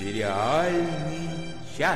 Сериальный час.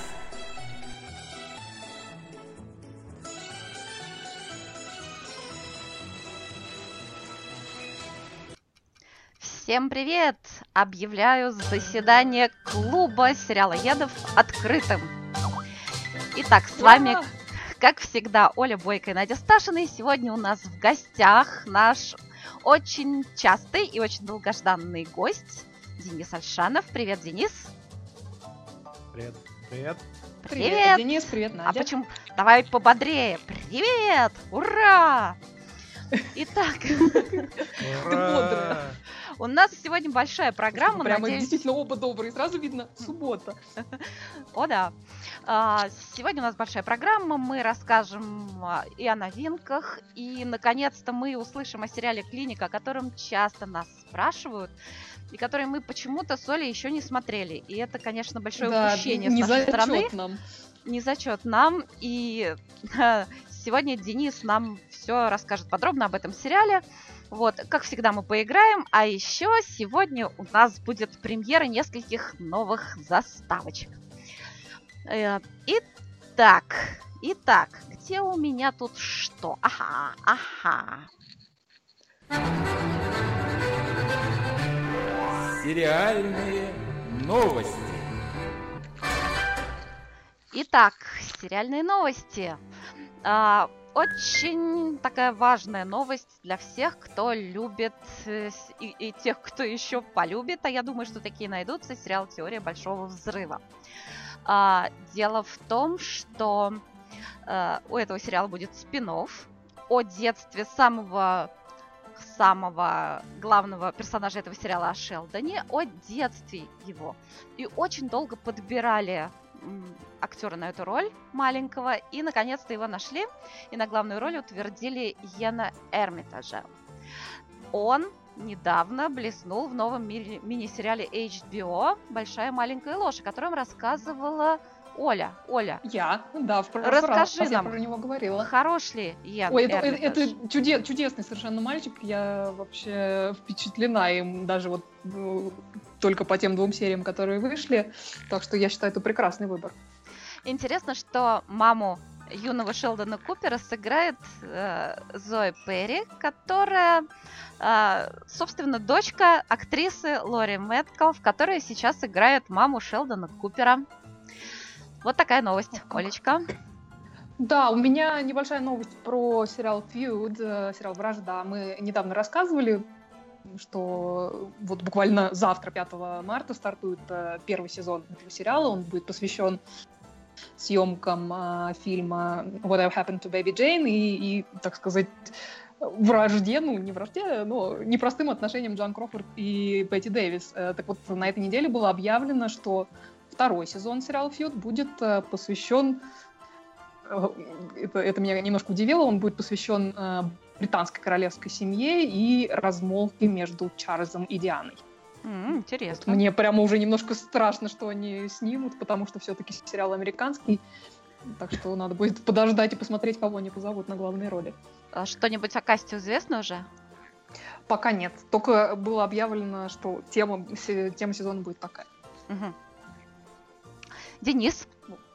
Всем привет! Объявляю заседание клуба сериалоедов открытым. Итак, с вами, как всегда, Оля Бойко и Надя Сташина. И сегодня у нас в гостях наш очень частый и очень долгожданный гость Денис Альшанов. Привет, Денис! Привет. Привет. Привет, Денис, привет, Надя. А почему? Давай пободрее. Привет! Ура! Итак, Ты бодрая. у нас сегодня большая программа. Прямо Надеюсь... действительно оба добрые. Сразу видно, суббота. О, да. Сегодня у нас большая программа. Мы расскажем и о новинках. И, наконец-то, мы услышим о сериале «Клиника», о котором часто нас спрашивают. И который мы почему-то с Олей еще не смотрели. И это, конечно, большое упущение с нашей стороны. Нам. Не зачет нам. И сегодня Денис нам все расскажет подробно об этом сериале. Вот, как всегда, мы поиграем. А еще сегодня у нас будет премьера нескольких новых заставочек. Итак, где у меня тут что? Ага. Сериальные новости. Итак, сериальные новости. Очень такая важная новость для всех, кто любит и тех, кто еще полюбит, а я думаю, что такие найдутся, сериал «Теория большого взрыва». Дело в том, что у этого сериала будет спин-офф о детстве самого главного персонажа этого сериала, о Шелдоне, о детстве его. И очень долго подбирали актера на эту роль маленького, и наконец-то его нашли, и на главную роль утвердили Йена Эрмитажа. Он недавно блеснул в новом мини-сериале HBO «Большая маленькая ложь», о котором рассказывала Оля. Я, да, в прошлый расскажи раз нам, я про него говорила. Хорош ли Йен Ой, Эрмитаж? это чудесный совершенно мальчик. Я вообще впечатлена им даже вот только по тем 2 сериям, которые вышли. Так что я считаю, это прекрасный выбор. Интересно, что маму юного Шелдона Купера сыграет Зои Перри, которая, собственно, дочка актрисы Лори Мэткалф, которая сейчас играет маму Шелдона Купера. Вот такая новость, Олечка. Да, у меня небольшая новость про сериал Feud, сериал «Вражда». Мы недавно рассказывали, что вот буквально завтра, 5 марта, стартует первый сезон этого сериала. Он будет посвящен съемкам фильма Whatever Happened to Baby Jane и, так сказать, вражде, не вражде, но непростым отношениям Джоан Кроуфорд и Бетти Дэвис. Так вот, на этой неделе было объявлено, что второй сезон сериала Feud будет посвящен, это меня немножко удивило, он будет посвящен британской королевской семье и размолвке между Чарльзом и Дианой. Интересно. Вот мне прямо уже немножко страшно, что они снимут, потому что все-таки сериал американский, так что надо будет подождать и посмотреть, кого они позовут на главные роли. Что-нибудь о касте известно уже? Пока нет, только было объявлено, что тема сезона будет такая. Угу. Денис?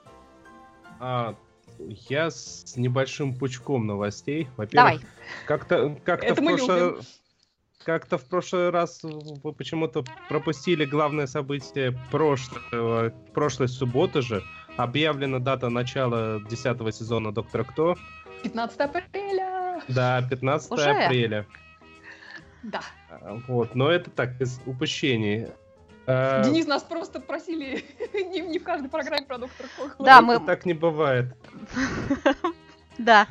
Я с небольшим пучком новостей. Во-первых, Давай. Как-то в прошлый раз вы почему-то пропустили главное событие прошлой субботы же. Объявлена дата начала 10-го сезона «Доктора Кто». 15 апреля! Да, 15 Уже? апреля. Да. Вот, но это так, из упущений. Денис, нас просто просили не в каждой программе про «Доктора Кто». Да, так не бывает. Да.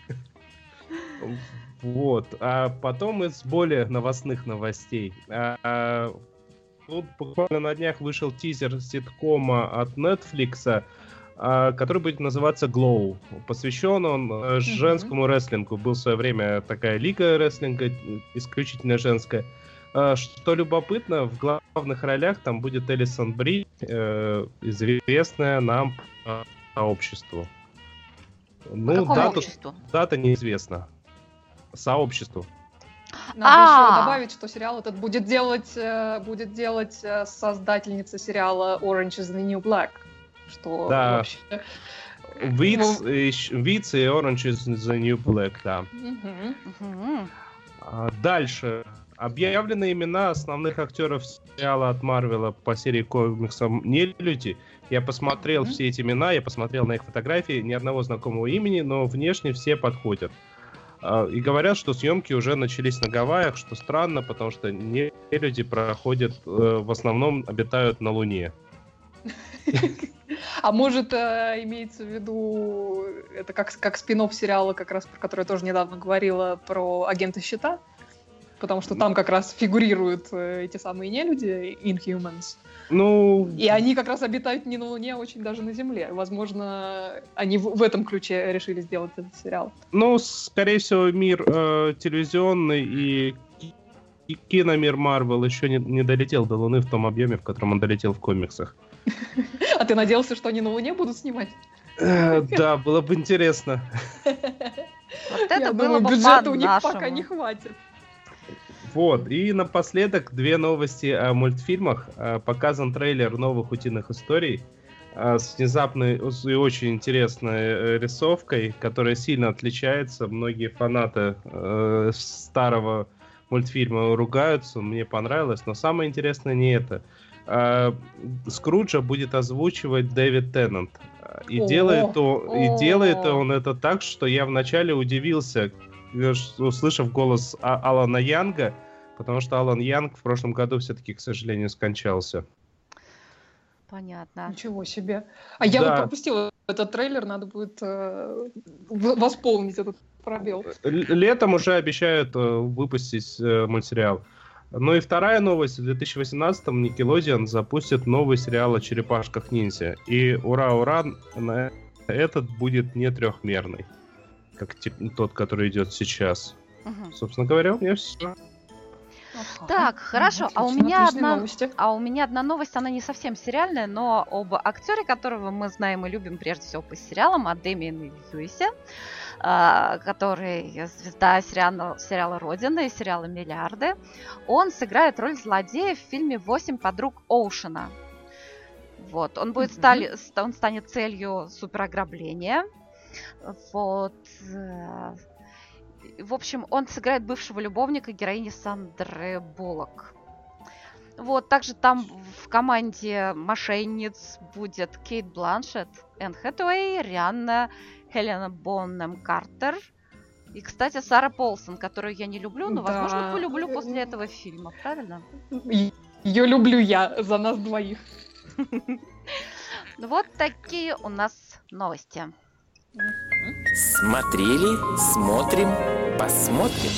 Вот, а потом из более новостных новостей. Тут буквально на днях вышел тизер ситкома от Netflix, который будет называться Glow. Посвящен он женскому рестлингу. Был в свое время такая лига рестлинга, исключительно женская. Что любопытно, в главных ролях там будет Элисон Бри, известная нам сообществу. Какому обществу? Дата неизвестна. Сообществу. Надо еще добавить, что сериал этот будет делать создательница сериала Orange is the New Black. Что Да. вообще... Weeds и Orange is the New Black, да. Дальше. Объявлены имена основных актеров сериала от Марвела по серии комиксов «Нелюди». Я посмотрел все эти имена, я посмотрел на их фотографии, ни одного знакомого имени, но внешне все подходят. И говорят, что съемки уже начались на Гавайях, что странно, потому что нелюди проходят, в основном обитают на Луне. А может, имеется в виду, это как спин-офф сериала, как раз про который я тоже недавно говорила, про агента Щита? Потому что там как раз фигурируют эти самые нелюди, Inhumans. Ну... И они как раз обитают не на Луне, а очень даже на Земле. Возможно, они в этом ключе решили сделать этот сериал. Ну, скорее всего, мир телевизионный и киномир Марвел еще не долетел до Луны в том объеме, в котором он долетел в комиксах. А ты надеялся, что они на Луне будут снимать? Да, было бы интересно. Вот это было бы бюджета у них по-нашему. пока не хватит. Вот, и напоследок две новости о мультфильмах. Показан трейлер новых «Утиных историй» с внезапной и очень интересной рисовкой, которая сильно отличается. Многие фанаты старого мультфильма ругаются, мне понравилось, но самое интересное не это. Скруджа будет озвучивать Дэвид Теннант. И делает он это так, что я вначале удивился, услышав голос Алана Янга, потому что Алан Янг в прошлом году все-таки, к сожалению, скончался. Понятно. Ничего себе. А я вот пропустила этот трейлер, надо будет восполнить этот пробел. Летом уже обещают выпустить мультсериал. Ну и вторая новость. В 2018-м Nickelodeon запустит новый сериал о черепашках-ниндзя. И ура-ура, этот будет не трехмерный, как тот, который идет сейчас. Собственно говоря, у меня все. Так, хорошо. Отлично, а у меня одна новость, она не совсем сериальная, но об актере, которого мы знаем и любим прежде всего по сериалам, о Дэмиене Льюисе, который звезда сериала «Родина» и сериала «Миллиарды». Он сыграет роль злодея в фильме «8 подруг Оушена». Вот. Он станет целью суперограбления. Вот. В общем, он сыграет бывшего любовника героини Сандры Буллок. Вот, также там в команде мошенниц будет Кейт Бланшетт, Энн Хэтэуэй, Рианна, Хелена Бонем Картер и, кстати, Сара Полсон, которую я не люблю, но, возможно, полюблю после этого фильма, правильно? Ее люблю я за нас двоих. Вот такие у нас новости. Смотрели, смотрим, посмотрим.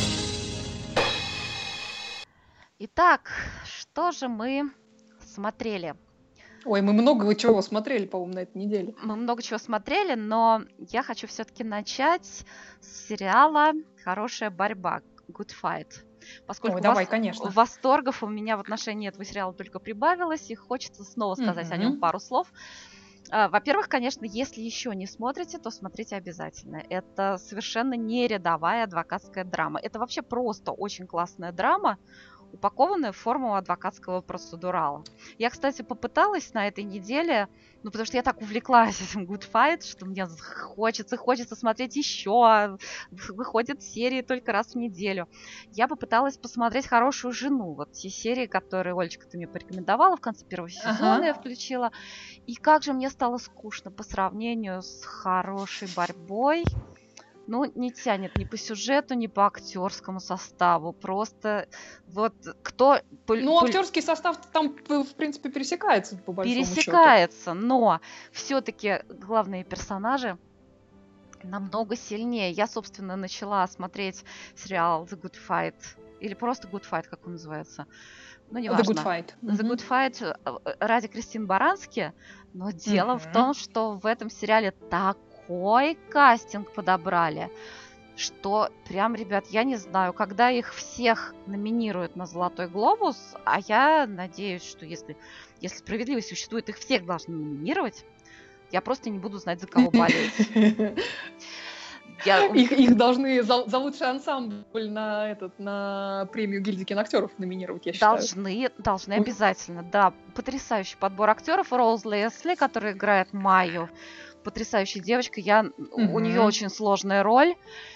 Итак, что же мы смотрели? Ой, мы много чего смотрели, по-моему, на этой неделе. Мы много чего смотрели, но я хочу все-таки начать с сериала «Хорошая борьба», Good Fight. Поскольку конечно. Восторгов у меня в отношении этого сериала только прибавилось, и хочется снова сказать о нем пару слов. Во-первых, конечно, если еще не смотрите, то смотрите обязательно. Это совершенно не рядовая адвокатская драма. Это вообще просто очень классная драма, упакованная в форму адвокатского процедурала. Я, кстати, попыталась на этой неделе, потому что я так увлеклась этим Good Fight, что мне хочется смотреть еще. Выходят серии только раз в неделю. Я попыталась посмотреть «Хорошую жену». Вот те серии, которые, Олечка, ты мне порекомендовала в конце первого сезона, я включила. И как же мне стало скучно по сравнению с «Хорошей борьбой». Ну, не тянет ни по сюжету, ни по актерскому составу. Просто вот кто... Ну, актерский состав там, в принципе, пересекается, по большому счету. Пересекается, но все-таки главные персонажи намного сильнее. Я, собственно, начала смотреть сериал The Good Fight. Или просто Good Fight, как он называется. Ну, не важно. The Good Fight. The Good Fight ради Кристин Барански. Но дело в том, что в этом сериале такой кастинг подобрали, что прям, ребят, я не знаю, когда их всех номинируют на «Золотой глобус», а я надеюсь, что если справедливость существует, их всех должны номинировать, я просто не буду знать, за кого болеть. Их должны за лучший ансамбль на премию гильдии киноактеров номинировать, я считаю. Должны обязательно, да. Потрясающий подбор актеров. Роуз Лесли, которая играет Майю. Потрясающая девочка. У нее очень сложная роль.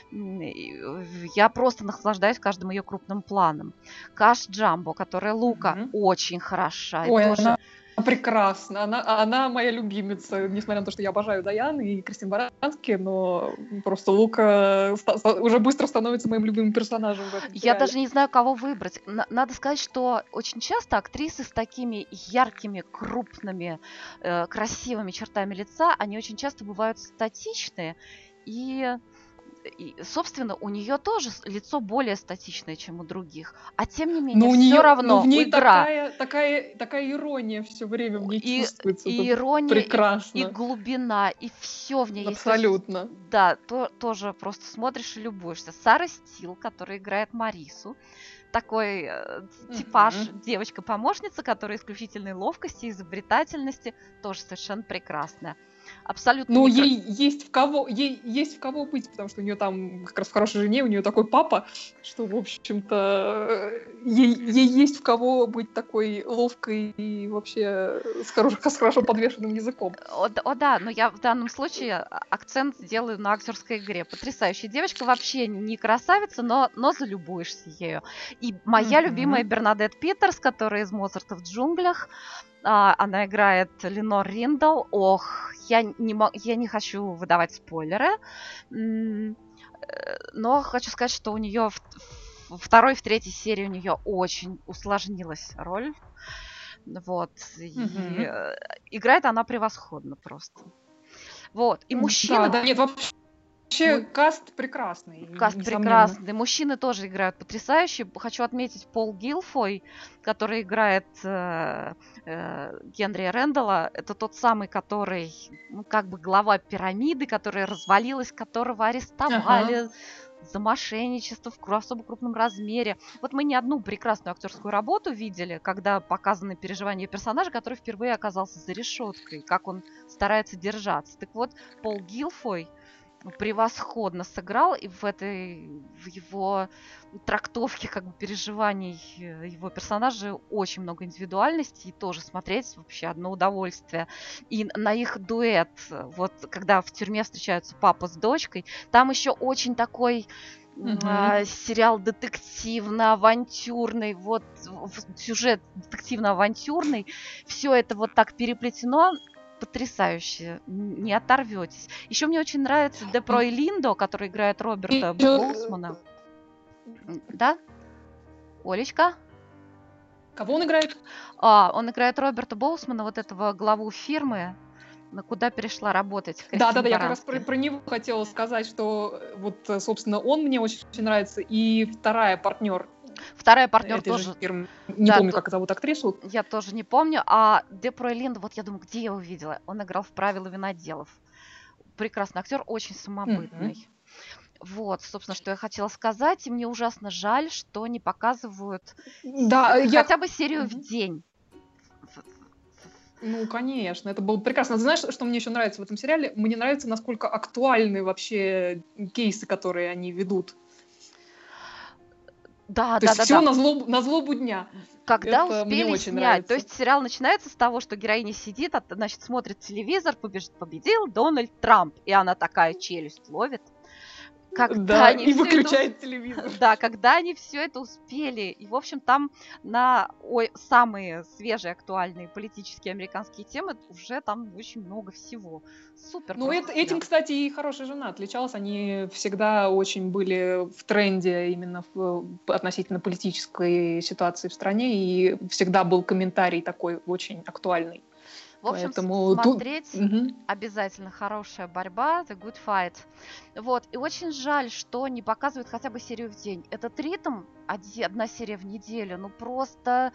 Я просто наслаждаюсь каждым ее крупным планом. Каш Джамбо, которая Лука, очень хороша. Ой, она прекрасна. Она моя любимица, несмотря на то, что я обожаю Дайан и Кристин Барански, но просто Лука уже быстро становится моим любимым персонажем в этом сериале. Я даже не знаю, кого выбрать. Надо сказать, что очень часто актрисы с такими яркими, крупными, красивыми чертами лица, они очень часто бывают статичные, и собственно, у нее тоже лицо более статичное, чем у других. А тем не менее, все равно в ней игра. такая ирония все время в ней чувствуется. И ирония, прекрасно. И глубина, и все в ней абсолютно. Есть. Да, тоже просто смотришь и любуешься. Сара Стил, которая играет Марису. Такой типаж, девочка-помощница, которая исключительной ловкости, изобретательности, тоже совершенно прекрасная. Абсолютно. Ну, ей есть в кого быть, потому что у нее там как раз в «Хорошей жене» у нее такой папа, что, в общем-то, ей есть в кого быть такой ловкой и вообще с хорошо подвешенным языком. О да, но я в данном случае акцент делаю на актерской игре. Потрясающая девочка, вообще не красавица, но залюбуешься ею. И моя любимая Бернадетт Питерс, которая из «Моцарта в джунглях», она играет Ленор Риндл. Ох, я не хочу выдавать спойлеры, но хочу сказать, что у нее в второй, в третьей серии у нее очень усложнилась роль. Вот. И играет она превосходно просто. Вот. И мужчина... Да, нет, вообще каст прекрасный. Каст прекрасный. Мужчины тоже играют потрясающе. Хочу отметить Пол Гилфой, который играет Генри Рэндалла. Это тот самый, который, как бы глава пирамиды, которая развалилась, которого арестовали за мошенничество в особо крупном размере. Вот мы не одну прекрасную актерскую работу видели, когда показаны переживания персонажа, который впервые оказался за решеткой, как он старается держаться. Так вот, Пол Гилфой превосходно сыграл, и в его трактовке как бы переживаний его персонажа очень много индивидуальности, и тоже смотреть вообще одно удовольствие. И на их дуэт, вот когда в тюрьме встречаются папа с дочкой, там еще очень такой сериал детективно-авантюрный, вот сюжет детективно-авантюрный, все это вот так переплетено, потрясающе, не оторветесь. Еще мне очень нравится Депрой Линдо, который играет Роберта Боусмана. Да? Олечка? Кого он играет? Он играет Роберта Боусмана, вот этого главу фирмы, куда перешла работать. Да, я как раз про него хотела сказать, что вот, собственно, он мне очень нравится, и вторая партнер тоже. Не помню, как зовут актрису. Я тоже не помню. А Депрой Линдо, вот я думаю, где я его видела? Он играл в «Правила виноделов». Прекрасный актер, очень самобытный. Вот, собственно, что я хотела сказать. И мне ужасно жаль, что не показывают хотя бы серию в день. Ну, конечно, это было прекрасно. Знаешь, что мне еще нравится в этом сериале? Мне нравится, насколько актуальны вообще кейсы, которые они ведут. Да. Все на злобу дня. Когда это успели снять. Нравится. То есть сериал начинается с того, что героиня сидит, значит, смотрит телевизор, победил Дональд Трамп. И она такая челюсть ловит. И выключает телевизор. Да, когда они все это успели. И, в общем, там на самые свежие, актуальные политические американские темы уже там очень много всего. Супер. Ну, этим, кстати, и «Хорошая жена» отличалась. Они всегда очень были в тренде именно относительно политической ситуации в стране. И всегда был комментарий такой очень актуальный. В общем, смотреть обязательно «Хорошая борьба», «The Good Fight». Вот. И очень жаль, что не показывают хотя бы серию в день. Этот ритм, одна серия в неделю, ну просто...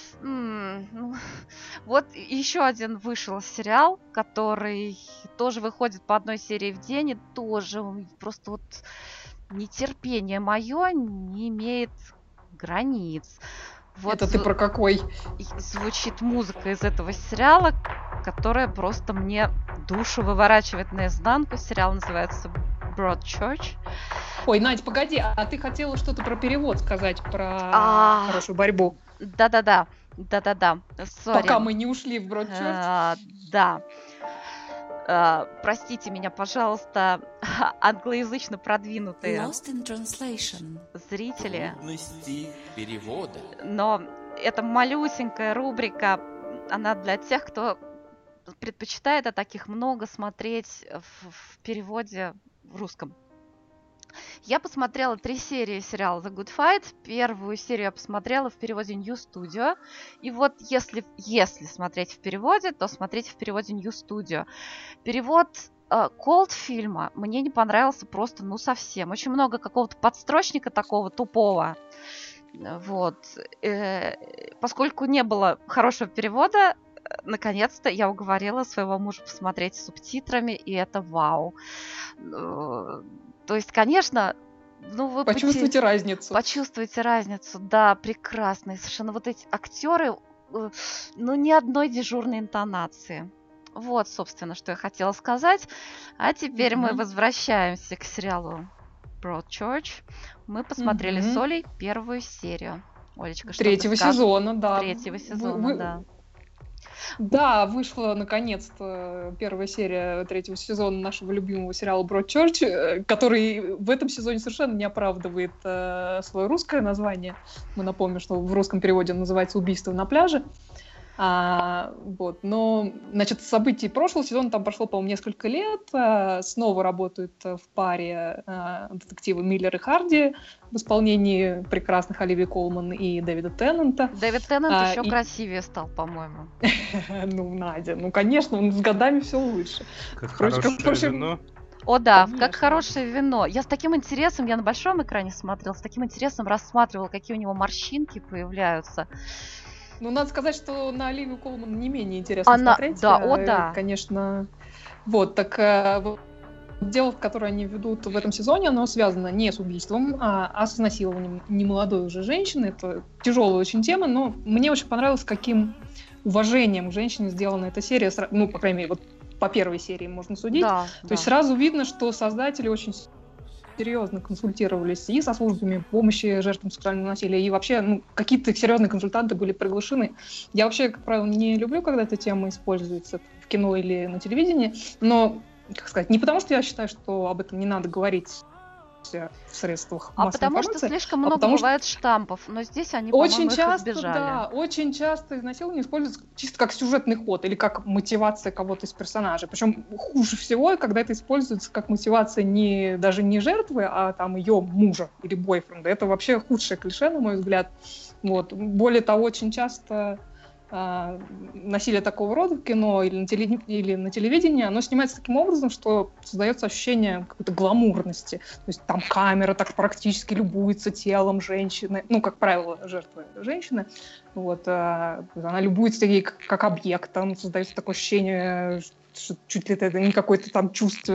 Вот еще один вышел сериал, который тоже выходит по одной серии в день, и тоже просто вот нетерпение мое не имеет границ. Вот это ты про какой? Звучит музыка из этого сериала, которая просто мне душу выворачивает наизнанку. Сериал называется Broadchurch. Ой, Надь, погоди, а ты хотела что-то про перевод сказать, про хорошую борьбу? Да-да-да. Sorry. Пока мы не ушли в Broadchurch. Да. Простите меня, пожалуйста, англоязычно продвинутые Lost in translation. зрители. Трудности перевода. Но это малюсенькая рубрика, она для тех, кто предпочитает таких много смотреть в переводе в русском. Я посмотрела 3 серии сериала The Good Fight. Первую серию я посмотрела в переводе New Studio. И вот если смотреть в переводе, то смотрите в переводе New Studio. Перевод Cold фильма мне не понравился просто, совсем. Очень много какого-то подстрочника такого тупого. Вот. Поскольку не было хорошего перевода, наконец-то я уговорила своего мужа посмотреть с субтитрами, и это вау. То есть, конечно, вы почувствуйте разницу. Почувствуйте разницу, да, прекрасные совершенно вот эти актеры, ни одной дежурной интонации. Вот, собственно, что я хотела сказать. А теперь мы возвращаемся к сериалу Broadchurch. Мы посмотрели с Олей первую серию. Олечка, что ты скажешь? сезона, да. Третьего сезона, да. Да, вышла наконец-то первая серия 3-го сезона нашего любимого сериала Broadchurch, который в этом сезоне совершенно не оправдывает свое русское название. Мы напомним, что в русском переводе он называется «Убийство на пляже». Но, событий прошлого сезона там прошло, по-моему, несколько лет. Снова работают в паре детективы Миллер и Харди в исполнении прекрасных Оливии Колман и Дэвида Теннанта. Дэвид Теннант еще красивее стал, по-моему. Надя, конечно, он с годами все лучше. Как хорошее вино. О да, как хорошее вино. Я с таким интересом, я на большом экране смотрела, с таким интересом рассматривала, какие у него морщинки появляются. Надо сказать, что на Оливию Колман не менее интересно смотреть. Да. Конечно. Дело, которое они ведут в этом сезоне, оно связано не с убийством, а с изнасилованием немолодой уже женщины. Это тяжелая очень тема, но мне очень понравилось, каким уважением к женщине сделана эта серия. По крайней мере, по первой серии можно судить. То есть сразу видно, что создатели очень серьезно консультировались и со службами помощи жертвам сексуального насилия, и вообще какие-то серьезные консультанты были приглашены. Я вообще, как правило, не люблю, когда эта тема используется в кино или на телевидении, но, не потому, что я считаю, что об этом не надо говорить в средствах массовой потому информации, что слишком много бывает штампов, но здесь они, очень по-моему, часто, их избежали. Да, очень часто изнасилование используется чисто как сюжетный ход или как мотивация кого-то из персонажей. Причем хуже всего, когда это используется как мотивация даже не жертвы, а там ее мужа или бойфренда. Это вообще худшее клише, на мой взгляд. Более того, очень часто насилие такого рода в кино или на телевидении, оно снимается таким образом, что создается ощущение какой-то гламурности. То есть там камера так практически любуется телом женщины, как правило, жертвы женщины. Она любуется ей как объектом, создается такое ощущение, что чуть ли это не какое-то там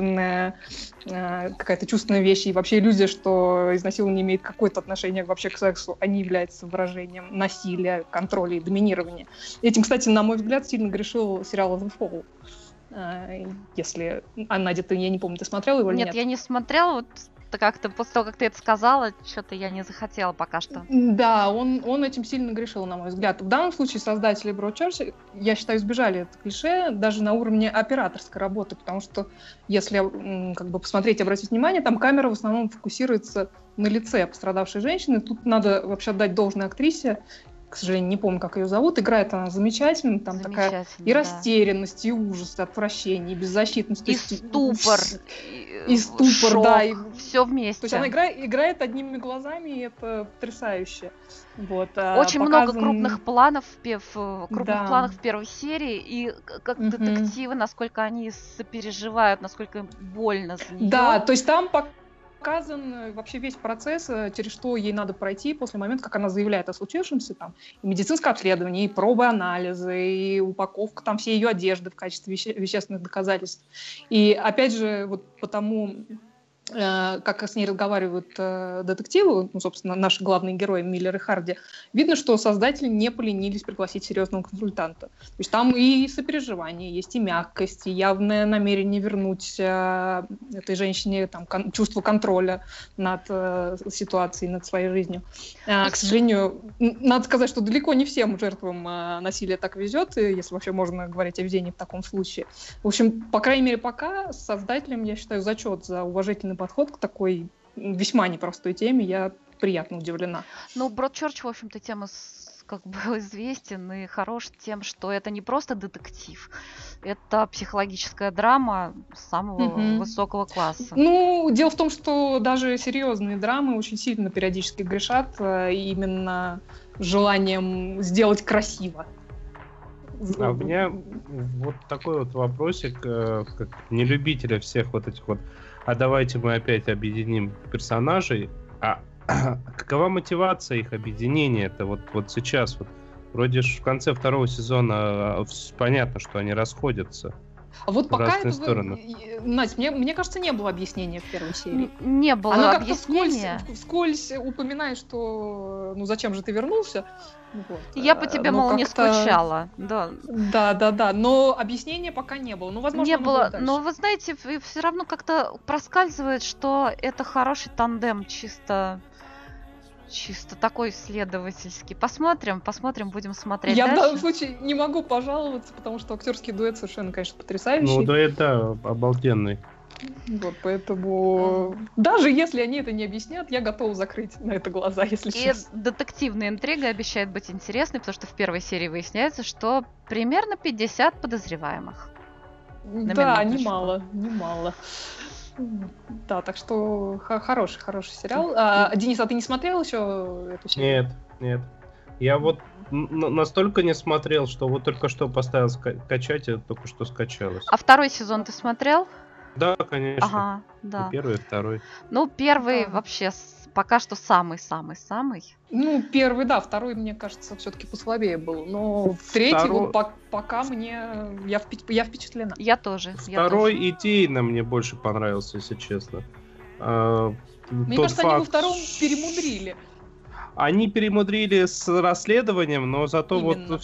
какая-то чувственная вещь, и вообще иллюзия, что изнасилование имеет какое-то отношение вообще к сексу, а не является выражением насилия, контроля и доминирования. Этим, кстати, на мой взгляд, сильно грешил сериал The Fall. Если... Надя, я не помню, ты смотрела его или нет? Нет, я не смотрела, как-то после того, как ты это сказала, что-то я не захотела пока что. Да, он этим сильно грешил, на мой взгляд. В данном случае создатели Broadchurch, я считаю, избежали это клише даже на уровне операторской работы, потому что если посмотреть и обратить внимание, там камера в основном фокусируется на лице пострадавшей женщины. Тут надо вообще отдать должное актрисе. К сожалению, не помню, как ее зовут. Играет она замечательно. Там такая и растерянность, и ужас, и отвращение, и беззащитность. И ступор. И ступор, шок, да. Все вместе. То есть она играет одними глазами, и это потрясающе. Очень много крупных планов планов в первой серии, и как детективы, насколько они сопереживают, насколько им больно за нее. Да, то есть там показан вообще весь процесс, через что ей надо пройти после момента, как она заявляет о случившемся, там, и медицинское обследование, и пробы, анализы, и упаковка там всей ее одежды в качестве вещественных доказательств. И опять же, по тому как с ней разговаривают детективы, ну, собственно, наши главные герои Миллер и Харди, видно, что создатели не поленились пригласить серьезного консультанта. То есть там и сопереживание, есть и мягкость, и явное намерение вернуть этой женщине там, чувство контроля над ситуацией, над своей жизнью. К сожалению, надо сказать, что далеко не всем жертвам насилия так везет, если вообще можно говорить о везении в таком случае. В общем, по крайней мере, пока с создателем, я считаю, зачет за уважительный подход к такой весьма непростой теме. Я приятно удивлена. Ну, Бродчерч, в общем-то, тема как бы известен и хорош тем, что это не просто детектив, это психологическая драма самого высокого класса. Ну, дело в том, что даже серьезные драмы очень сильно периодически грешат именно желанием сделать красиво. А у меня вот такой вот вопросик, как нелюбителя всех вот этих вот, а давайте мы опять объединим персонажей. А какова мотивация их объединения-то вот сейчас? Вот, вроде в конце второго сезона понятно, что они расходятся. А вот в пока разные это, стороны. Настя, мне кажется, не было объяснения в первой серии. Не было Она объяснения. Как-то вскользь упоминает, что ну зачем же ты вернулся? Вот. Я по тебе, мол, не скучала. Да. Да. Но объяснения пока не было. Ну, возможно, не было. дальше. Но вы знаете, все равно как-то проскальзывает, что это хороший тандем, чисто такой исследовательский. Посмотрим, будем смотреть Я дальше. в данном случае не могу пожаловаться, потому что актерский дуэт совершенно, конечно, потрясающий. Ну, дуэт, да, обалденный. Вот, поэтому даже если они это не объяснят, я готова закрыть на это глаза, если честно. И детективная интрига обещает быть интересной, потому что в первой серии выясняется, что примерно 50 подозреваемых. Да, немало. Да, так что хороший сериал. Денис, а ты не смотрел еще эту серию? Нет. Я вот настолько не смотрел, что вот только что поставил скачать, и только что скачалось. А второй сезон ты смотрел? Да, конечно. Ага, да. И первый, и второй. Ну, первый вообще пока что самый-самый-самый. Ну, первый, да, второй, мне кажется, все-таки послабее был. Но третий, вот пока я впечатлена. Я тоже. Второй идейно мне больше понравился, если честно. Мне кажется, они во втором перемудрили. Они перемудрили с расследованием, но зато Именно. Вот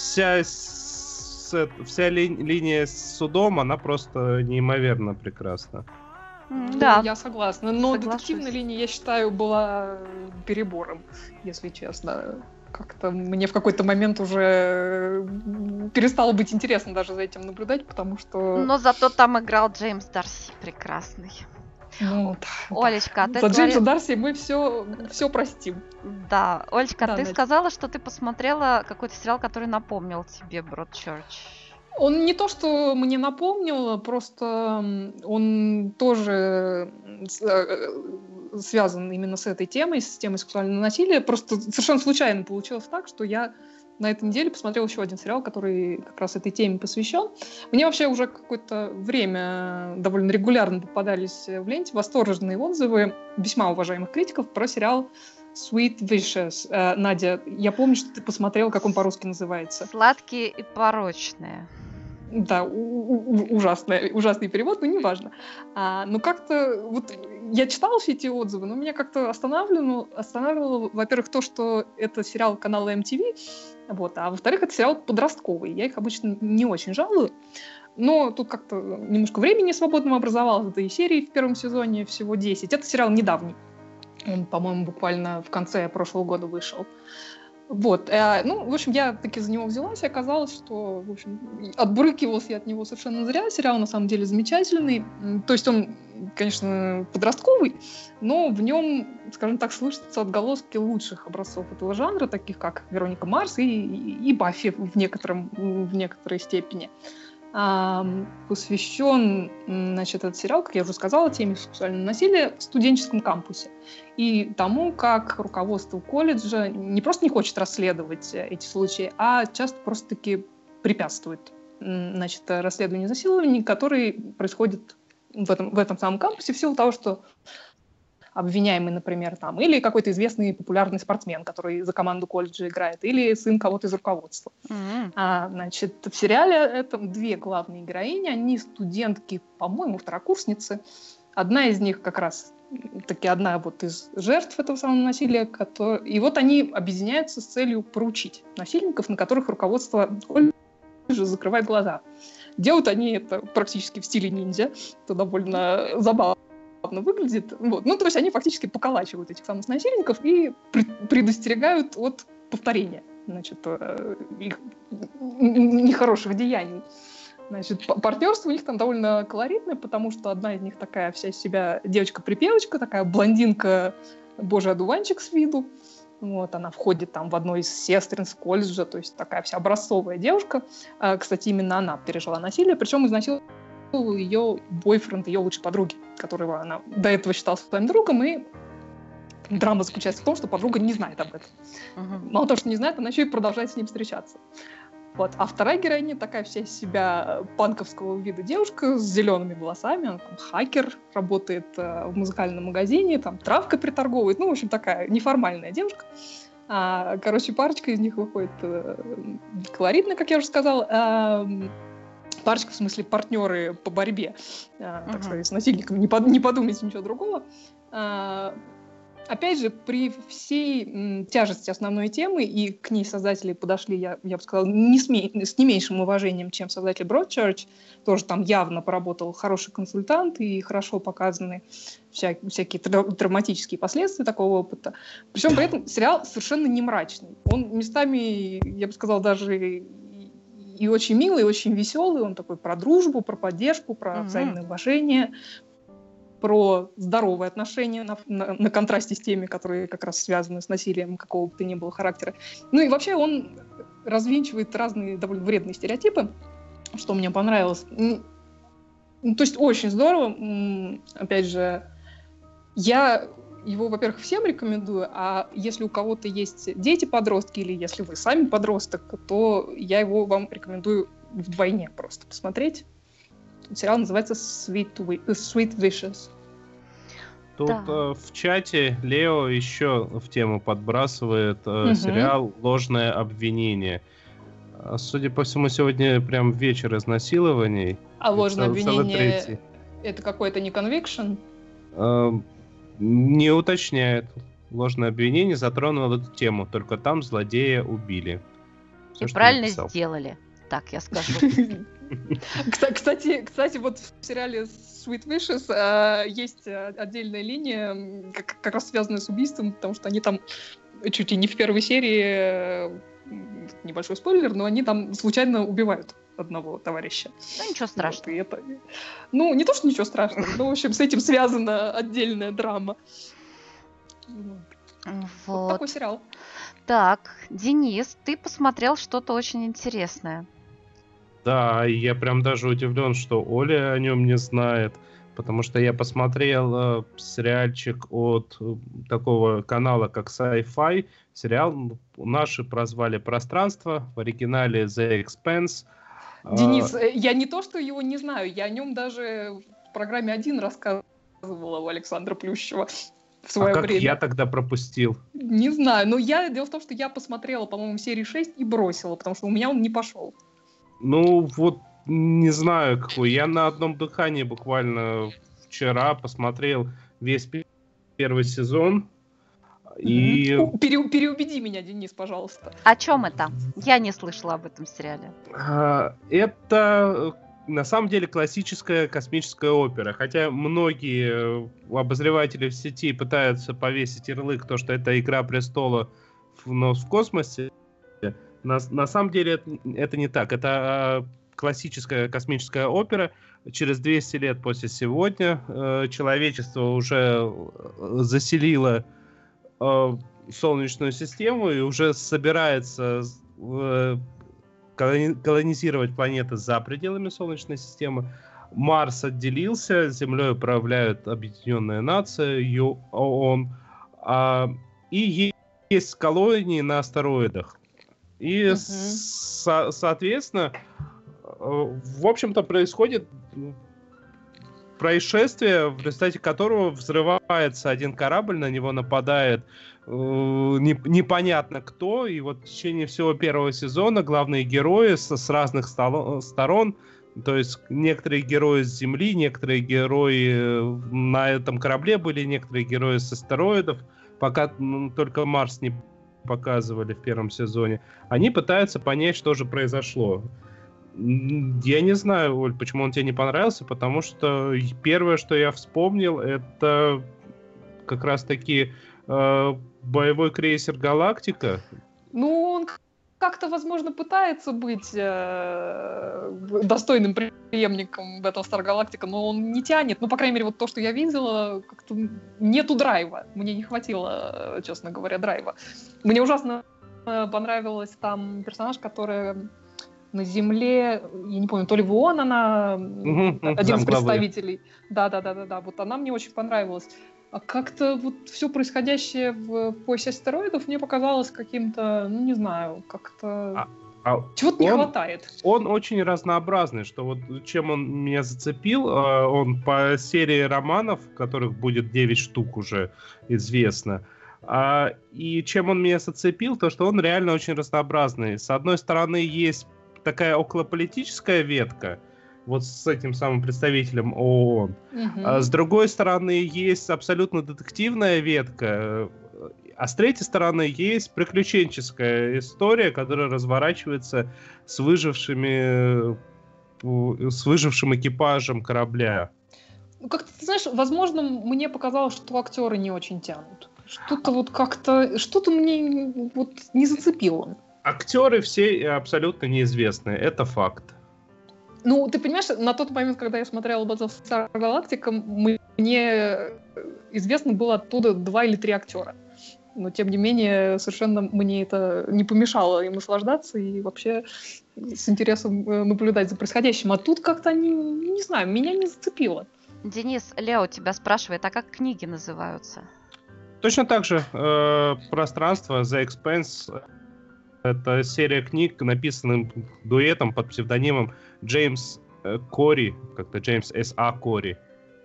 вся линия с судом, она просто неимоверно прекрасна. Да. Я согласна. Но Соглашусь. детективная линия, я считаю, была перебором, если честно. Как-то мне в какой-то момент уже перестало быть интересно даже за этим наблюдать, потому что... Но зато там играл Джеймс Дарси прекрасный. Ну, Олечка, ты за Джеймса Дарси мы все простим. Да, Олечка, Да, ты Надь. сказала, что ты посмотрела какой-то сериал, который напомнил тебе Бродчерч. Он не то, что мне напомнил, просто он тоже связан именно с этой темой, с темой сексуального насилия. Просто совершенно случайно получилось так, что я на этой неделе посмотрела еще один сериал, который как раз этой теме посвящен. Мне вообще уже какое-то время довольно регулярно попадались в ленте восторженные отзывы весьма уважаемых критиков про сериал Sweet Vicious. Надя, я помню, что ты посмотрела, как он по-русски называется. Сладкие и порочные. Да, ужасный перевод, но неважно. Но как-то, вот я читала все эти отзывы, но меня как-то останавливало, во-первых, то, что это сериал канала MTV, вот, а во-вторых, это сериал подростковый. Я их обычно не очень жалую, но тут как-то немножко времени свободного образовалось, да и серий в первом сезоне всего 10. Это сериал недавний. Он, по-моему, буквально в конце прошлого года вышел. Вот, ну, в общем, я таки за него взялась, и оказалось, что, в общем, отбрыкивалась я от него совершенно зря. Сериал, на самом деле, замечательный. То есть он, конечно, подростковый, но в нем, скажем так, слышатся отголоски лучших образцов этого жанра, таких как Вероника Марс и Баффи в некоторой степени. Посвящен, значит, этот сериал, как я уже сказала, теме сексуального насилия в студенческом кампусе. И тому, как руководство колледжа не просто не хочет расследовать эти случаи, а часто просто-таки препятствует, значит, расследованию изнасилований, которые происходят в этом самом кампусе в силу того, что обвиняемый, например, там, или какой-то известный популярный спортсмен, который за команду колледжа играет, или сын кого-то из руководства. Значит, в сериале это две главные героини, они студентки, по-моему, второкурсницы, Одна из них как раз таки одна вот из жертв этого самого насилия. И вот они объединяются с целью проучить насильников, на которых руководство колледжа закрывает глаза. Делают они это практически в стиле ниндзя. Это довольно забавно выглядит. Вот. Ну, то есть они фактически поколачивают этих самых насильников и предостерегают от повторения, значит, их нехороших деяний. Значит, партнерство у них там довольно колоритное, потому что одна из них такая вся из себя девочка-припевочка, такая блондинка, божий одуванчик с виду. Вот, она входит там в одно из сестринств колледжа, то есть такая вся образцовая девушка. Кстати, именно она пережила насилие, причем изнасиловал ее бойфренд, ее лучшей подруги, которого она до этого считала своим другом, и драма заключается в том, что подруга не знает об этом. Мало того, что не знает, она еще и продолжает с ним встречаться. Вот. А вторая героиня такая вся из себя панковского вида девушка с зелеными волосами, она там хакер, работает в музыкальном магазине, там травкой приторговывает, ну, в общем, такая неформальная девушка. Короче, парочка из них выходит колоритная, как я уже сказала. Парочка, в смысле, партнеры по борьбе, так сказать, с насильниками, не подумайте ничего другого. Опять же, при всей тяжести основной темы, и к ней создатели подошли, я бы сказала, с не меньшим уважением, чем создатель Broadchurch, тоже там явно поработал хороший консультант, и хорошо показаны всякие травматические последствия такого опыта. Причем при этом сериал совершенно не мрачный. Он местами, я бы сказала, даже и очень милый, и очень веселый. Он такой про дружбу, про поддержку, про взаимное уважение, про здоровые отношения на контрасте с теми, которые как раз связаны с насилием какого бы то ни было характера. Ну и вообще он развенчивает разные довольно вредные стереотипы, что мне понравилось. То есть очень здорово. Опять же, я его, во-первых, всем рекомендую, а если у кого-то есть дети-подростки или если вы сами подросток, то я его вам рекомендую вдвойне просто посмотреть. Сериал называется Sweet Vicious. Тут в чате Лео еще в тему подбрасывает сериал «Ложное обвинение». Судя по всему, сегодня прям вечер изнасилований. А ложное обвинение — это какой-то не conviction? Не уточняет. Ложное обвинение затронуло эту тему, только там злодея убили. И правильно сделали, так я скажу. Кстати, вот в сериале Sweet Vicious есть отдельная линия, как раз связанная с убийством, потому что они там чуть ли не в первой серии, небольшой спойлер, но они там случайно убивают одного товарища. Ну, ничего страшного. Вот, ну, не то, что ничего страшного, но, в общем, с этим связана отдельная драма. Вот такой сериал. Так, Денис, ты посмотрел что-то очень интересное. Да, и я прям даже удивлен, что Оля о нем не знает, потому что я посмотрел сериальчик от такого канала, как Sci-Fi. Сериал наши прозвали «Пространство», в оригинале «The Expanse». Денис, я не то, что его не знаю, я о нем даже в программе 1 рассказывала у Александра Плющева в свое время. Как я тогда пропустил? Не знаю, но дело в том, что я посмотрела, по-моему, серии 6 и бросила, потому что у меня он не пошел. Ну, вот не знаю какой. Я на одном дыхании буквально вчера посмотрел весь первый сезон. И... Переубеди меня, Денис, пожалуйста. О чем это? Я не слышала об этом сериале. Это на самом деле классическая космическая опера. Хотя многие обозреватели в сети пытаются повесить ярлык, то, что это «Игра престолов», но в космосе. На самом деле это не так. Это классическая космическая опера. Через 200 лет после сегодня человечество уже заселило Солнечную систему и уже собирается колонизировать планеты за пределами Солнечной системы. Марс отделился, Землей управляют Объединенная Нация, ООН, и есть колонии на астероидах. И, соответственно, в общем-то, происходит происшествие, в результате которого взрывается один корабль, на него нападает непонятно кто, и вот в течение всего первого сезона главные герои с разных сторон То есть некоторые герои с Земли, некоторые герои на этом корабле были, некоторые герои с астероидов, пока только Марс не показывали в первом сезоне. Они пытаются понять, что же произошло. Я не знаю, Оль, почему он тебе не понравился, потому что первое, что я вспомнил, это как раз-таки боевой крейсер «Галактика». Ну, он как-то, возможно, пытается быть достойным преемником Battlestar Galactica, но он не тянет. Ну, по крайней мере, вот то, что я видела, как-то нету драйва. Мне не хватило, честно говоря, драйва. Мне ужасно понравилась там персонаж, который на Земле, я не помню, то ли в ООН она, один из представителей. Да. Вот она мне очень понравилась. А как-то вот все происходящее в поясе астероидов мне показалось каким-то, ну не знаю, как-то чего-то не хватает. Он очень разнообразный, что вот чем он меня зацепил, он по серии романов, которых будет 9 штук уже известно, и чем он меня зацепил, то что он реально очень разнообразный. С одной стороны есть такая околополитическая ветка, вот с этим самым представителем ООН. А с другой стороны, есть абсолютно детективная ветка. А с третьей стороны, есть приключенческая история, которая разворачивается с выжившим экипажем корабля. Ну, как-то, ты знаешь, возможно, мне показалось, что актеры не очень тянут. Что-то вот как-то... Что-то мне вот не зацепило. Актеры все абсолютно неизвестные. Это факт. Ну, ты понимаешь, на тот момент, когда я смотрела Battlestar Galactica, мне известно было оттуда 2 или 3 актера. Но, тем не менее, совершенно мне это не помешало им наслаждаться и вообще с интересом наблюдать за происходящим. А тут как-то они, не знаю, меня не зацепило. Денис, Лео тебя спрашивает, а как книги называются? Точно так же «Пространство», «The Expanse». Это серия книг, написанных дуэтом под псевдонимом Джеймс Кори, как-то Джеймс С.А. Кори.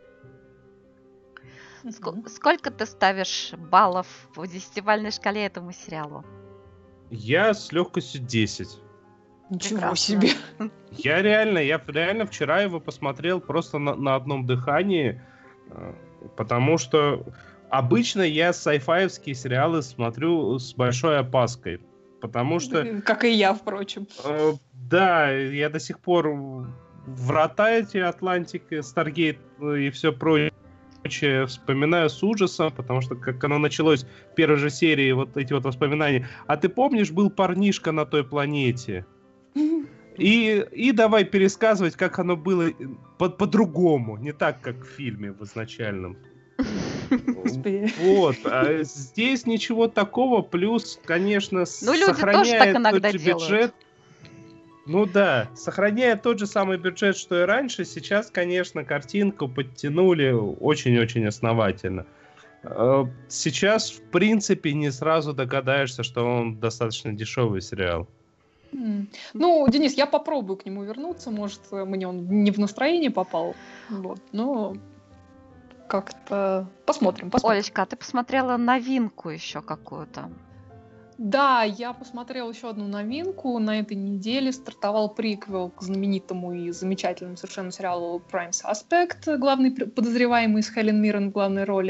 Сколько ты ставишь баллов по 10-бальной шкале этому сериалу? Я с легкостью 10. Ничего Прекрасно. себе. Я реально вчера его посмотрел просто на одном дыхании, потому что обычно я сайфаевские сериалы смотрю с большой опаской. Потому что... Как и я, впрочем. Да, я до сих пор врата эти Атлантики, Старгейт и все прочее вспоминаю с ужасом, потому что как оно началось в первой же серии, вот эти вот воспоминания. А ты помнишь, был парнишка на той планете? И давай пересказывать, как оно было по-другому, не так, как в фильме в изначальном. Вот, а здесь ничего такого, плюс, конечно, сохраняя тот же бюджет. Ну да, сохраняя тот же самый бюджет, что и раньше, сейчас, конечно, картинку подтянули очень-очень основательно. Сейчас, в принципе, не сразу догадаешься, что он достаточно дешевый сериал. Ну, Денис, я попробую к нему вернуться, может, мне он не в настроение попал, вот, но... Как-то посмотрим. Олечка, а ты посмотрела новинку еще какую-то? Да, я посмотрела еще одну новинку. На этой неделе стартовал приквел к знаменитому и замечательному совершенно сериалу Prime Suspect, главный подозреваемый с Хелен Миррен в главной роли.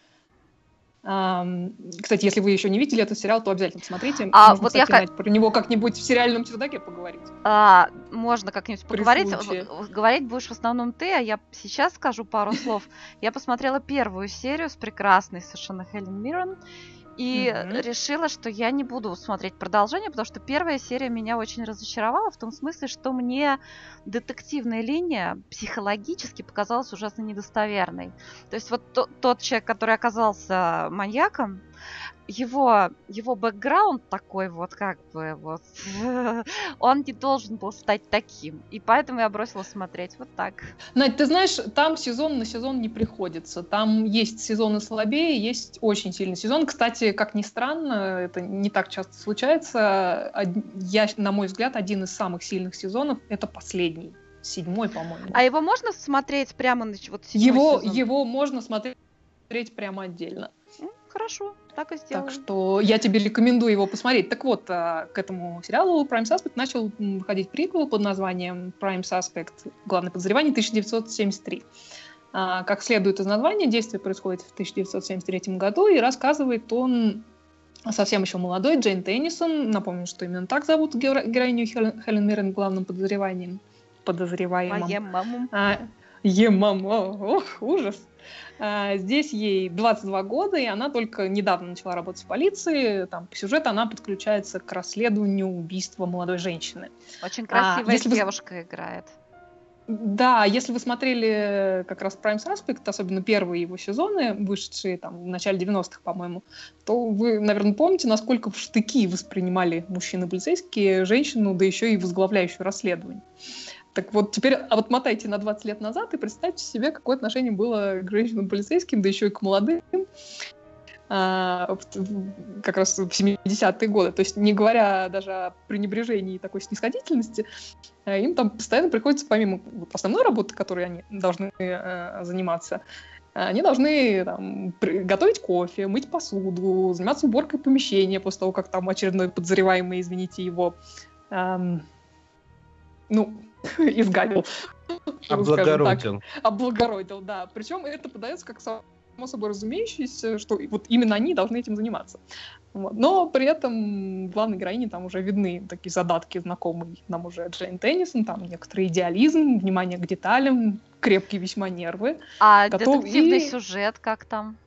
Кстати, если вы еще не видели этот сериал, то обязательно посмотрите. Можно, вот кстати, про него как-нибудь в сериальном чердаке поговорить. Можно как-нибудь поговорить. Говорить будешь в основном ты, а я сейчас скажу пару слов. Я посмотрела первую серию с прекрасной совершенно Хелен Миррен и решила, что я не буду смотреть продолжение, потому что первая серия меня очень разочаровала в том смысле, что мне детективная линия психологически показалась ужасно недостоверной. То есть вот тот человек, который оказался маньяком, его бэкграунд такой вот как бы вот, он не должен был стать таким. И поэтому я бросила смотреть вот так. Надь, ты знаешь, там сезон на сезон не приходится. Там есть сезоны слабее, есть очень сильный сезон. Кстати, как ни странно, это не так часто случается. На мой взгляд, один из самых сильных сезонов — это последний. 7-й, по-моему. А его можно смотреть прямо на вот 7-й сезон? Его можно смотреть прямо отдельно. Хорошо, так и сделаем. Так что я тебе рекомендую его посмотреть. Так вот, к этому сериалу Prime Suspect начал выходить приквел под названием Prime Suspect. Главный подозреваемый 1973. Как следует из названия, действие происходит в 1973 году, и рассказывает он совсем еще молодой Джейн Теннисон. Напомню, что именно так зовут героиню Хелен Миррен главным подозреваемым. Ох, ужас. Здесь ей 22 года, и она только недавно начала работать в полиции. Там, по сюжету она подключается к расследованию убийства молодой женщины. Очень красивая девушка играет. Да, если вы смотрели как раз Prime Suspect, особенно первые его сезоны, вышедшие там в начале 90-х, по-моему, то вы, наверное, помните, насколько в штыки воспринимали мужчины-полицейские женщину, да еще и возглавляющую расследование. Так вот, теперь отмотайте на 20 лет назад и представьте себе, какое отношение было к женщинам-полицейским, да еще и к молодым, как раз в 70-е годы. То есть, не говоря даже о пренебрежении и такой снисходительности, им там постоянно приходится, помимо основной работы, которой они должны заниматься, они должны там готовить кофе, мыть посуду, заниматься уборкой помещения после того, как там очередной подозреваемый, извините, его изгадил. Облагородил, да. Причем это подается как само собой разумеющееся, что вот именно они должны этим заниматься. Вот. Но при этом главной героине там уже видны такие задатки, знакомые нам уже Джейн Теннисон, там некоторый идеализм, внимание к деталям, крепкие весьма нервы. А детективный сюжет как там?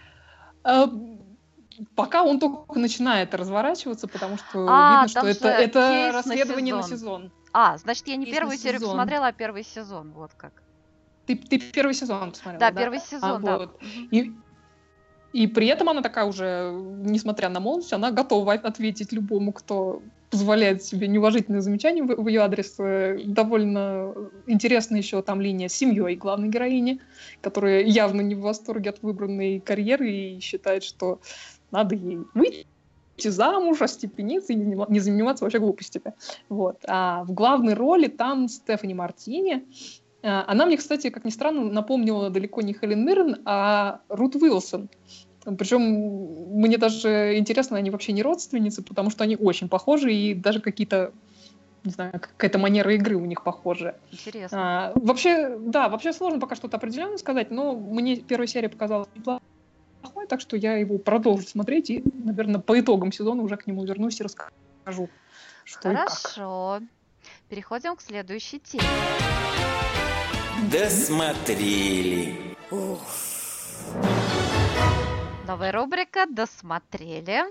Пока он только начинает разворачиваться, потому что видно, что это расследование на сезон. Значит, я не первую серию посмотрела, а первый сезон, вот как. Ты первый сезон посмотрела, да? Да, первый сезон, да. Вот. И при этом она такая уже, несмотря на молодость, она готова ответить любому, кто позволяет себе неуважительные замечания в ее адрес. Довольно интересна еще там линия с семьей главной героини, которая явно не в восторге от выбранной карьеры и считает, что надо ей выйти замуж, остепениться и не заниматься вообще глупостями. Вот. А в главной роли там Стефани Мартини. Она мне, кстати, как ни странно, напомнила далеко не Хелен Миррен, а Рут Уилсон. Причем мне даже интересно, они вообще не родственницы, потому что они очень похожи, и даже какие-то, не знаю, какая-то манера игры у них похожая. Интересно. Вообще сложно пока что-то определенно сказать, но мне первая серия показалась неплохой, так что я его продолжу смотреть и, наверное, по итогам сезона уже к нему вернусь и расскажу, что и как. Хорошо. Переходим к следующей теме. Досмотрели. Новая рубрика «Досмотрели».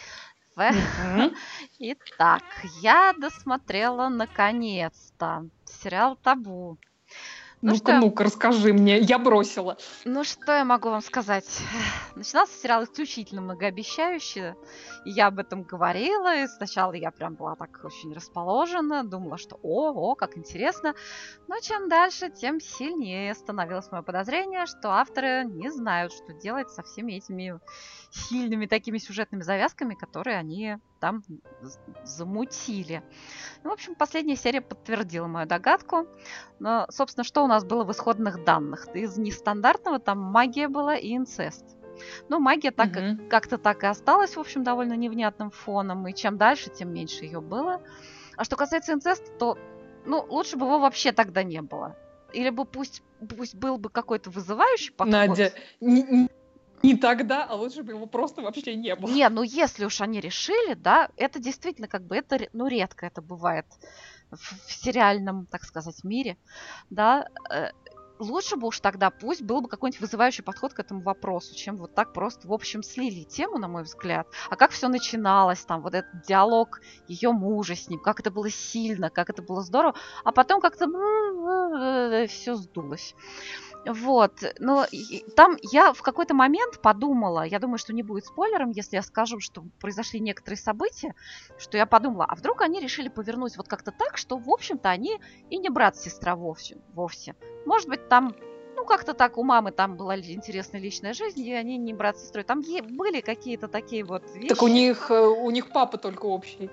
Итак, я досмотрела наконец-то сериал «Табу». Ну-ка, расскажи мне, я бросила. Ну, что я могу вам сказать? Начинался сериал исключительно многообещающе, и я об этом говорила, и сначала я прям была так очень расположена, думала, что как интересно, но чем дальше, тем сильнее становилось мое подозрение, что авторы не знают, что делать со всеми этими сильными такими сюжетными завязками, которые они там замутили. Ну, в общем, последняя серия подтвердила мою догадку. Но, собственно, что у нас было в исходных данных? Из нестандартного там магия была и инцест. Ну, магия как-то так и осталась, в общем, довольно невнятным фоном. И чем дальше, тем меньше ее было. А что касается инцеста, то, лучше бы его вообще тогда не было. Или бы пусть был бы какой-то вызывающий подход. Надя, не тогда, а лучше бы его просто вообще не было. Если уж они решили, да, это действительно это, редко это бывает в сериальном, так сказать, мире, да. Лучше бы уж тогда пусть был бы какой-нибудь вызывающий подход к этому вопросу, чем вот так просто, в общем, слили тему, на мой взгляд. А как все начиналось, там, вот этот диалог ее мужа с ним, как это было сильно, как это было здорово, а потом как-то все сдулось. Вот, но там я в какой-то момент подумала, я думаю, что не будет спойлером, если я скажу, что произошли некоторые события, что я подумала, а вдруг они решили повернуть вот как-то так, что, в общем-то, они и не брат-сестра вовсе. Может быть, там, как-то так у мамы там была интересная личная жизнь, и они не брат с сестрой. Там были какие-то такие вот вещи. Так у них папа только общий.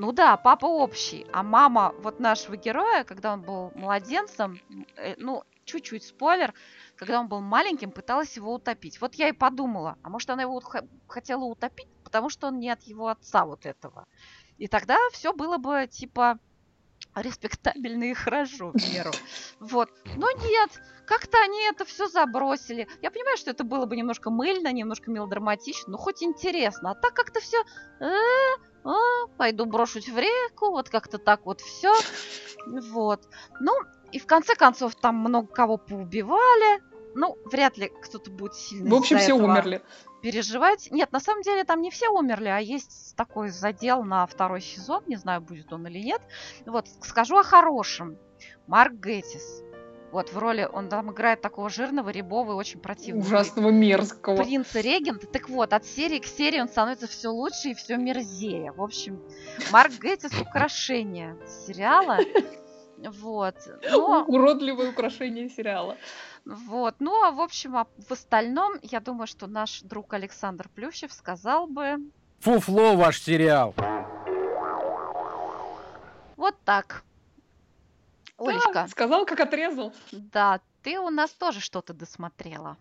Папа общий, а мама вот нашего героя, когда он был младенцем, чуть-чуть спойлер, когда он был маленьким, пыталась его утопить. Вот я и подумала, а может она его хотела утопить, потому что он не от его отца вот этого. И тогда все было бы типа респектабельно и хорошо в меру. Вот. Но нет, как-то они это все забросили. Я понимаю, что это было бы немножко мыльно, немножко мелодраматично, но хоть интересно. А так как-то все пойду брошусь в реку, вот как-то так вот все. Вот. Ну, и в конце концов там много кого поубивали. Ну, вряд ли кто-то будет сильно В общем, из-за все этого умерли. переживать. Нет, на самом деле там не все умерли, а есть такой задел на второй сезон. Не знаю, будет он или нет. Вот, скажу о хорошем. Марк Гэтисс. Вот, в роли, он там играет такого жирного, рябого и очень противного. Ужасного, мерзкого. Принца-регента. Так вот, от серии к серии он становится все лучше и все мерзее. В общем, Марк Гэтисс украшение сериала. Вот. Но... Уродливое украшение сериала. Вот. Ну, а в общем, в остальном, я думаю, что наш друг Александр Плющев сказал бы... Фуфло ваш сериал. Вот так. Олечка. Да, сказал, как отрезал. Да, ты у нас тоже что-то досмотрела.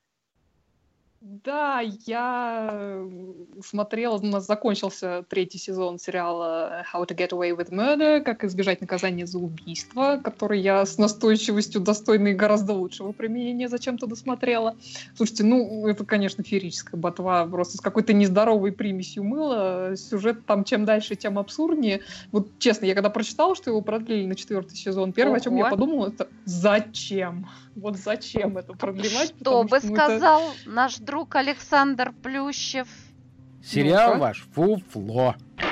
Да, я смотрела, у нас закончился 3-й сезон сериала How to Get Away with Murder, как избежать наказания за убийство, который я с настойчивостью достойной гораздо лучшего применения зачем-то досмотрела. Слушайте, ну, это, конечно, феерическая ботва, просто с какой-то нездоровой примесью мыла. Сюжет там чем дальше, тем абсурднее. Вот, честно, я когда прочитала, что его продлили на 4-й сезон, первое, о чем я подумала, это зачем? Вот зачем это продлевать? Что бы сказал наш друг Александр Плющев? Сериал Ну-ка. ваш фуфло.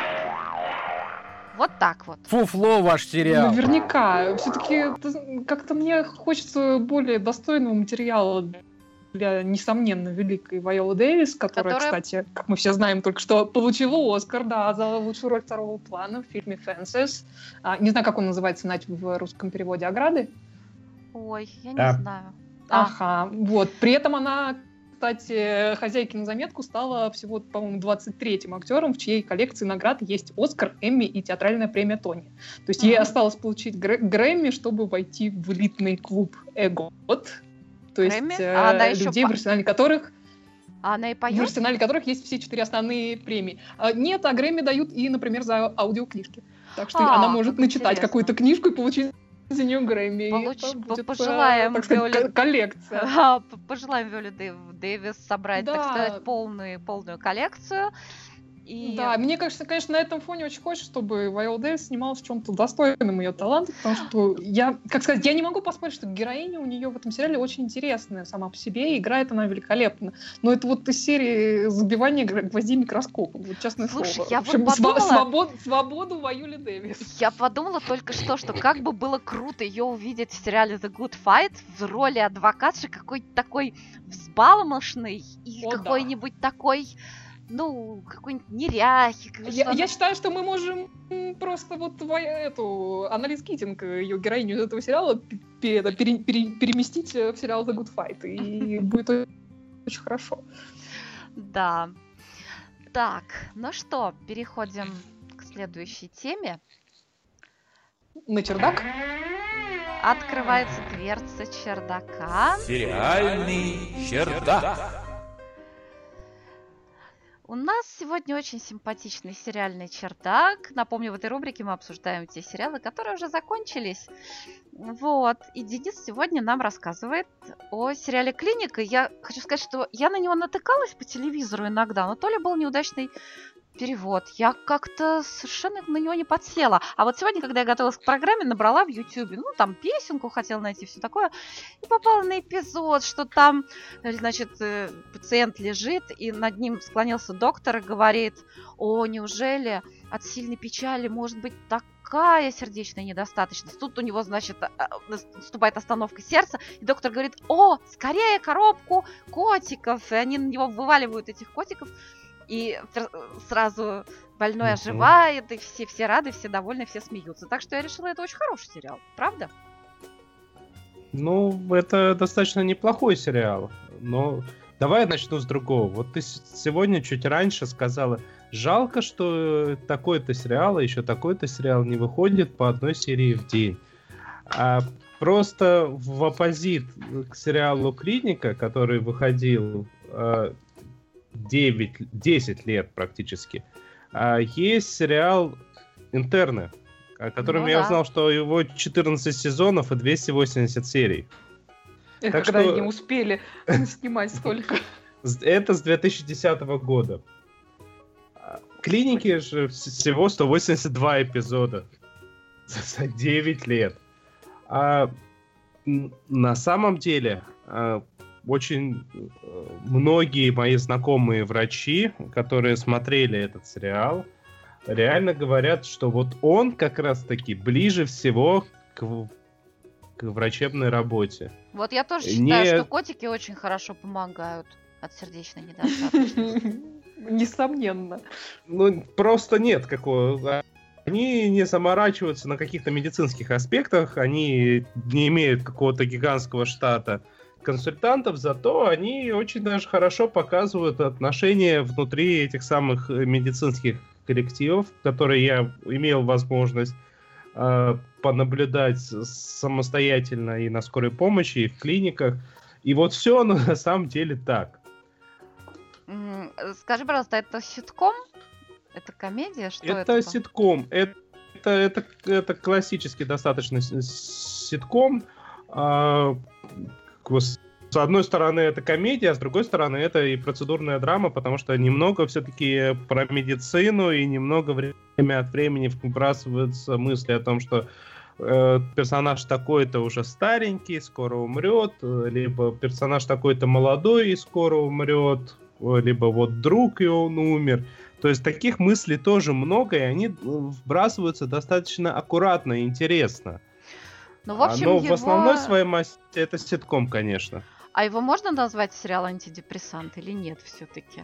Вот так вот. Фуфло ваш сериал. Наверняка. Все-таки как-то мне хочется более достойного материала для, несомненно, великой Вайолы Дэвис, которая, кстати, как мы все знаем, только что получила Оскар, да, за лучшую роль второго плана в фильме «Фенсес». Не знаю, как он называется в русском переводе, «Ограды». Ой, я не знаю. Ага, вот. При этом она, кстати, хозяйки на заметку, стала всего, по-моему, 23-м актером, в чьей коллекции наград есть Оскар, Эмми и театральная премия Тони. То есть ей осталось получить Грэмми, чтобы войти в элитный клуб ЭГОТ. То есть людей, в арсенале которых... она и поет? В арсенале которых есть все 4 основные премии. Нет, а Грэмми дают и, например, за аудиокнижки. Так что она может начитать какую-то книжку и получить за нее Грэмми. Пожелаем, так сказать, коллекция. Пожелаем Виоле Дэвис собрать, так сказать, полную коллекцию. Да, мне кажется, конечно, на этом фоне очень хочется, чтобы Вайола Дэвис снималась в чем-то достойном ее таланта, потому что я не могу поспорить, что героиня у нее в этом сериале очень интересная сама по себе, и играет она великолепно. Но это вот из серии забивания гвоздей микроскопом, вот честное слово. Я вот подумала... Свободу Вайоле Дэвис. Я подумала только что как бы было круто ее увидеть в сериале The Good Fight в роли адвокатши, какой-то такой взбалмошный и какой-нибудь такой... Ну, какой-нибудь неряхи. Я считаю, что мы можем просто вот эту Аннализ Китинг, ее героиню из этого сериала, переместить в сериал The Good Fight, и будет очень хорошо. Да. Так, ну что, переходим к следующей теме. На чердак? Открывается дверца чердака. Сериальный чердак. У нас сегодня очень симпатичный сериальный чердак. Напомню, в этой рубрике мы обсуждаем те сериалы, которые уже закончились. Вот. И Денис сегодня нам рассказывает о сериале «Клиника». Я хочу сказать, что я на него натыкалась по телевизору иногда, но то ли был неудачный перевод. Я как-то совершенно на него не подсела. А вот сегодня, когда я готовилась к программе, набрала в Ютьюбе, там песенку хотела найти, все такое, и попала на эпизод, что там, значит, пациент лежит, и над ним склонился доктор и говорит: о, неужели от сильной печали может быть такая сердечная недостаточность? Тут у него, значит, наступает остановка сердца, и доктор говорит: о, скорее коробку котиков, и они на него вываливают этих котиков, и сразу больной оживает, и все рады, все довольны, все смеются. Так что я решила, это очень хороший сериал. Правда? Ну, это достаточно неплохой сериал. Но давай я начну с другого. Вот ты сегодня чуть раньше сказала, жалко, что такой-то сериал, а еще такой-то сериал не выходит по одной серии в день. Просто в оппозит к сериалу «Клиника», который выходил 10 лет практически, есть сериал «Интерны», о котором я узнал, что его 14 сезонов и 280 серий. Так когда они успели снимать столько. Это с 2010 года. «Клиники» же всего 182 эпизода за 9 лет. А на самом деле очень многие мои знакомые врачи, которые смотрели этот сериал, реально говорят, что вот он как раз-таки ближе всего к врачебной работе. Вот я тоже считаю, что котики очень хорошо помогают от сердечной недостаточности. Несомненно. Ну, просто нет какого... Они не заморачиваются на каких-то медицинских аспектах, они не имеют какого-то гигантского штата консультантов, зато они очень даже хорошо показывают отношения внутри этих самых медицинских коллективов, которые я имел возможность понаблюдать самостоятельно и на скорой помощи, и в клиниках. И вот все на самом деле так. Скажи, пожалуйста, это ситком? Это комедия? Что это ситком. Это классический достаточно ситком. С одной стороны, это комедия, а с другой стороны, это и процедурная драма, потому что немного все-таки про медицину и немного время от времени вбрасываются мысли о том, что персонаж такой-то уже старенький, скоро умрет, либо персонаж такой-то молодой и скоро умрет, либо вот друг и он умер. То есть таких мыслей тоже много, и они вбрасываются достаточно аккуратно и интересно. Ну, в общем, но в основной своей массе это ситком, конечно. А его можно назвать сериал антидепрессант или нет все-таки?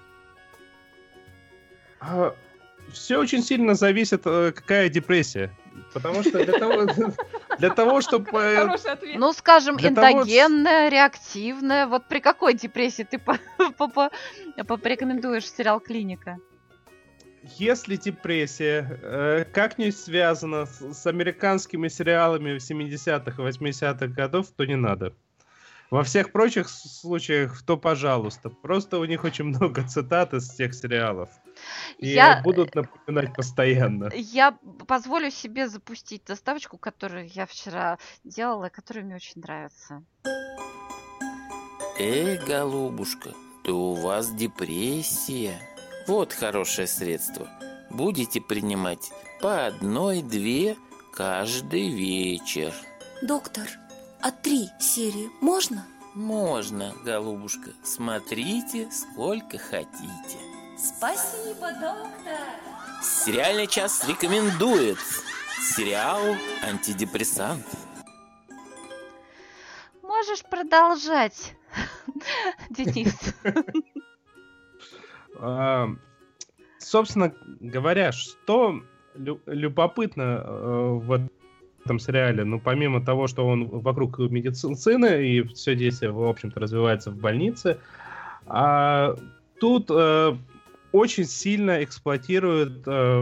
Все очень сильно зависит, какая депрессия. Потому что для того, чтобы... Хороший ответ. Ну, скажем, эндогенная, реактивная. Вот при какой депрессии ты порекомендуешь сериал «Клиника»? Если депрессия как-нибудь связана с американскими сериалами 70-х и 80-х годов, то не надо. Во всех прочих случаях, то пожалуйста. Просто у них очень много цитат из тех сериалов. И будут напоминать постоянно. Я позволю себе запустить доставочку, которую я вчера делала, которая мне очень нравится. Голубушка, то у вас депрессия. Вот хорошее средство. Будете принимать по 1-2 каждый вечер. Доктор, а 3 серии можно? Можно, голубушка. Смотрите, сколько хотите. Спасибо, доктор. Сериальный час рекомендует сериал «Антидепрессант». Можешь продолжать, Денис. Собственно говоря, что любопытно в этом сериале, ну, помимо того, что он вокруг медицины и все действие, в общем-то, развивается в больнице, тут очень сильно эксплуатируют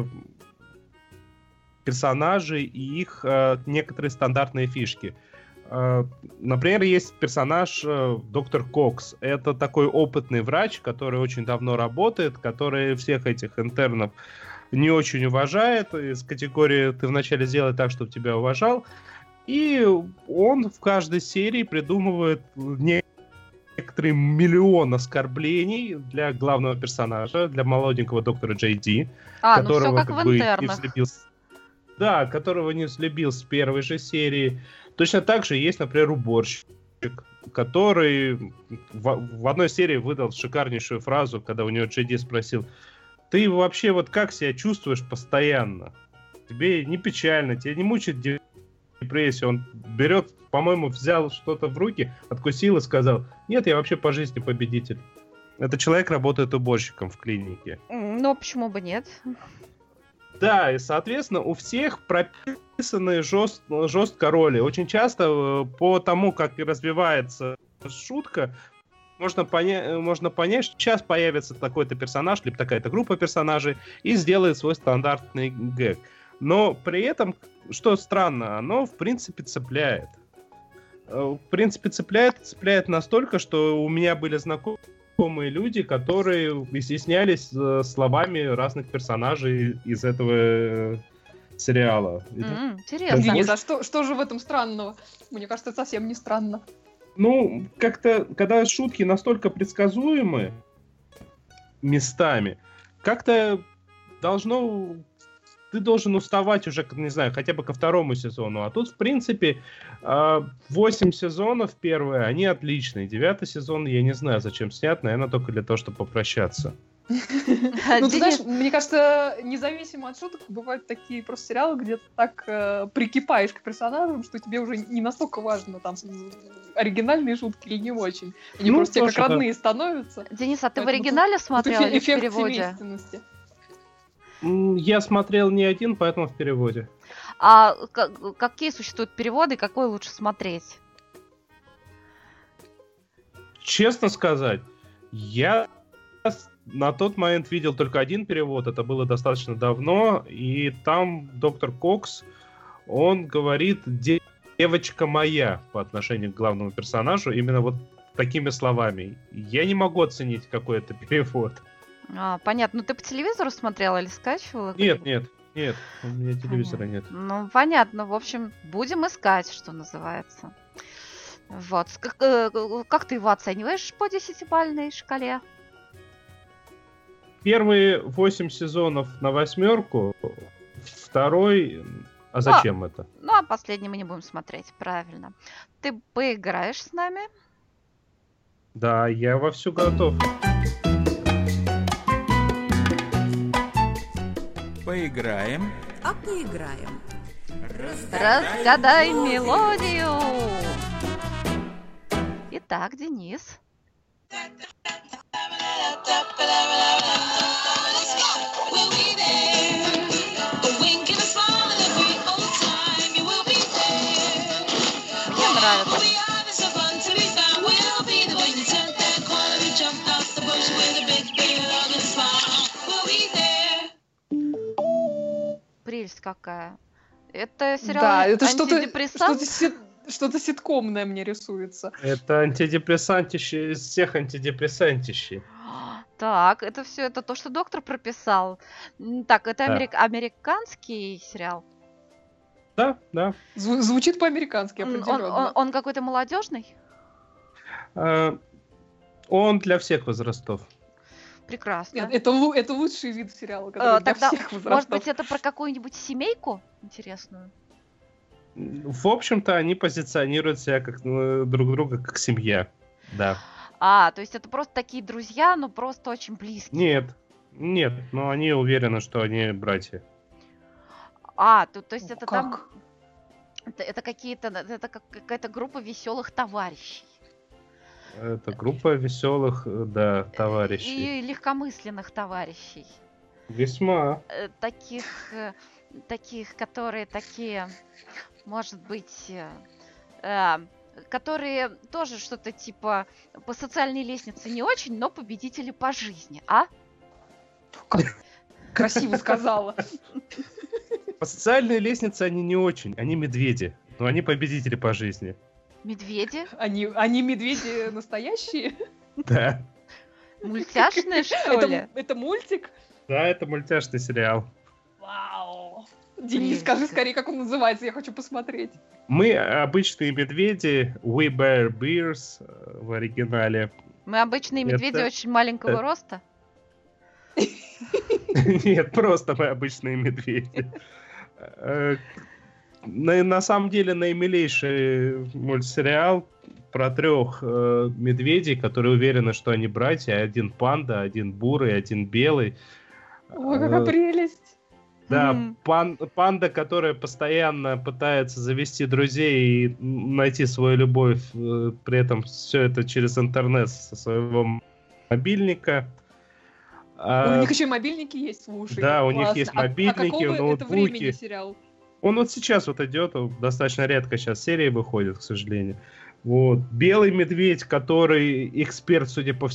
персонажей и их некоторые стандартные фишки. Например, есть персонаж доктор Кокс. Это такой опытный врач, который очень давно работает, который всех этих интернов не очень уважает, из категории «ты вначале сделай так, чтобы тебя уважал». И он в каждой серии придумывает некоторый миллион оскорблений для главного персонажа, для молоденького доктора Джей Ди, которого ну все как в интернах. Которого не взлюбил с первой же серии. Точно так же есть, например, уборщик, который в одной серии выдал шикарнейшую фразу, когда у него Джей Ди спросил: ты вообще вот как себя чувствуешь постоянно? Тебе не печально, тебя не мучает депрессия? Он берет, по-моему, взял что-то в руки, откусил и сказал: нет, я вообще по жизни победитель. Этот человек работает уборщиком в клинике. Ну, почему бы нет? Да, и, соответственно, у всех прописаны жестко роли. Очень часто по тому, как развивается шутка, можно понять, что сейчас появится такой-то персонаж, либо такая-то группа персонажей, и сделает свой стандартный гэг. Но при этом, что странно, оно, в принципе, цепляет. В принципе, цепляет настолько, что у меня были знакомые люди, которые изъяснялись словами разных персонажей из этого сериала. Интересно. Денис, а что же в этом странного? Мне кажется, это совсем не странно. Ну, как-то, когда шутки настолько предсказуемы местами, как-то ты должен уставать уже, не знаю, хотя бы ко второму сезону. А тут, в принципе, 8 сезонов первые, они отличные. 9 сезон, я не знаю, зачем снят, наверное, только для того, чтобы попрощаться. Ну, ты знаешь, мне кажется, независимо от шуток, бывают такие просто сериалы, где ты так прикипаешь к персонажам, что тебе уже не настолько важно, там, оригинальные шутки или не очень. Они просто тебе как родные становятся. Денис, а ты в оригинале смотрел или в переводе? Я смотрел не один, поэтому в переводе. А какие существуют переводы, какой лучше смотреть? Честно сказать, я на тот момент видел только один перевод, это было достаточно давно, и там доктор Кокс, он говорит «девочка моя» по отношению к главному персонажу, именно вот такими словами. Я не могу оценить, какой это перевод. Понятно. Ну ты по телевизору смотрел или скачивал? Нет, у меня телевизора нет. Ну, понятно. В общем, будем искать, что называется. Вот. Как ты его оцениваешь по 10-бальной шкале? Первые 8 сезонов на 8, второй... А зачем это? Ну, а последний мы не будем смотреть, правильно. Ты поиграешь с нами? Да, я вовсю готов. Поиграем. А поиграем. Разгадай мелодию. Итак, Денис. Мне нравится. Прелесть какая. Это сериал антидепрессант? Что-то ситкомное мне рисуется. Это антидепрессантище из всех антидепрессантищей. Так, это все это то, что доктор прописал. Так, это Да. американский сериал? Да. Звучит по-американски определенно. Он какой-то молодежный? Он для всех возрастов. Прекрасно. Нет, это лучший вид сериала, который для Тогда, всех возрастов. может быть, это про какую-нибудь семейку интересную? В общем-то, они позиционируют себя как друг друга как семья. Да. То есть это просто такие друзья, но просто очень близкие. Нет, но они уверены, что они братья. То есть это Как? там... Это какая-то группа веселых товарищей. Это группа веселых, да, товарищей. И легкомысленных товарищей. Весьма. Таких, которые такие, может быть, которые тоже что-то типа по социальной лестнице не очень, но победители по жизни, Красиво сказала. По социальной лестнице они не очень, они медведи, но они победители по жизни. Медведи? Они медведи настоящие? Да. Мультяшные, что ли? Это мультик? Да, это мультяшный сериал. Вау. Денис, скажи скорее, как он называется, я хочу посмотреть. Мы обычные медведи, We Bear Bears в оригинале. Мы обычные медведи очень маленького роста? Нет, просто мы обычные медведи. На самом деле наимилейший мультсериал про 3 медведей, которые уверены, что они братья. Один панда, один бурый, один белый. Ой, какая прелесть! Да, панда, которая постоянно пытается завести друзей и найти свою любовь, при этом все это через интернет со своего мобильника. У них еще и мобильники есть, слушай. Да, у классно. них есть мобильники, какого ноутбуки. это времени сериал? Он вот сейчас вот идет, достаточно редко сейчас серии выходят, к сожалению. Вот. Белый медведь, который эксперт, судя по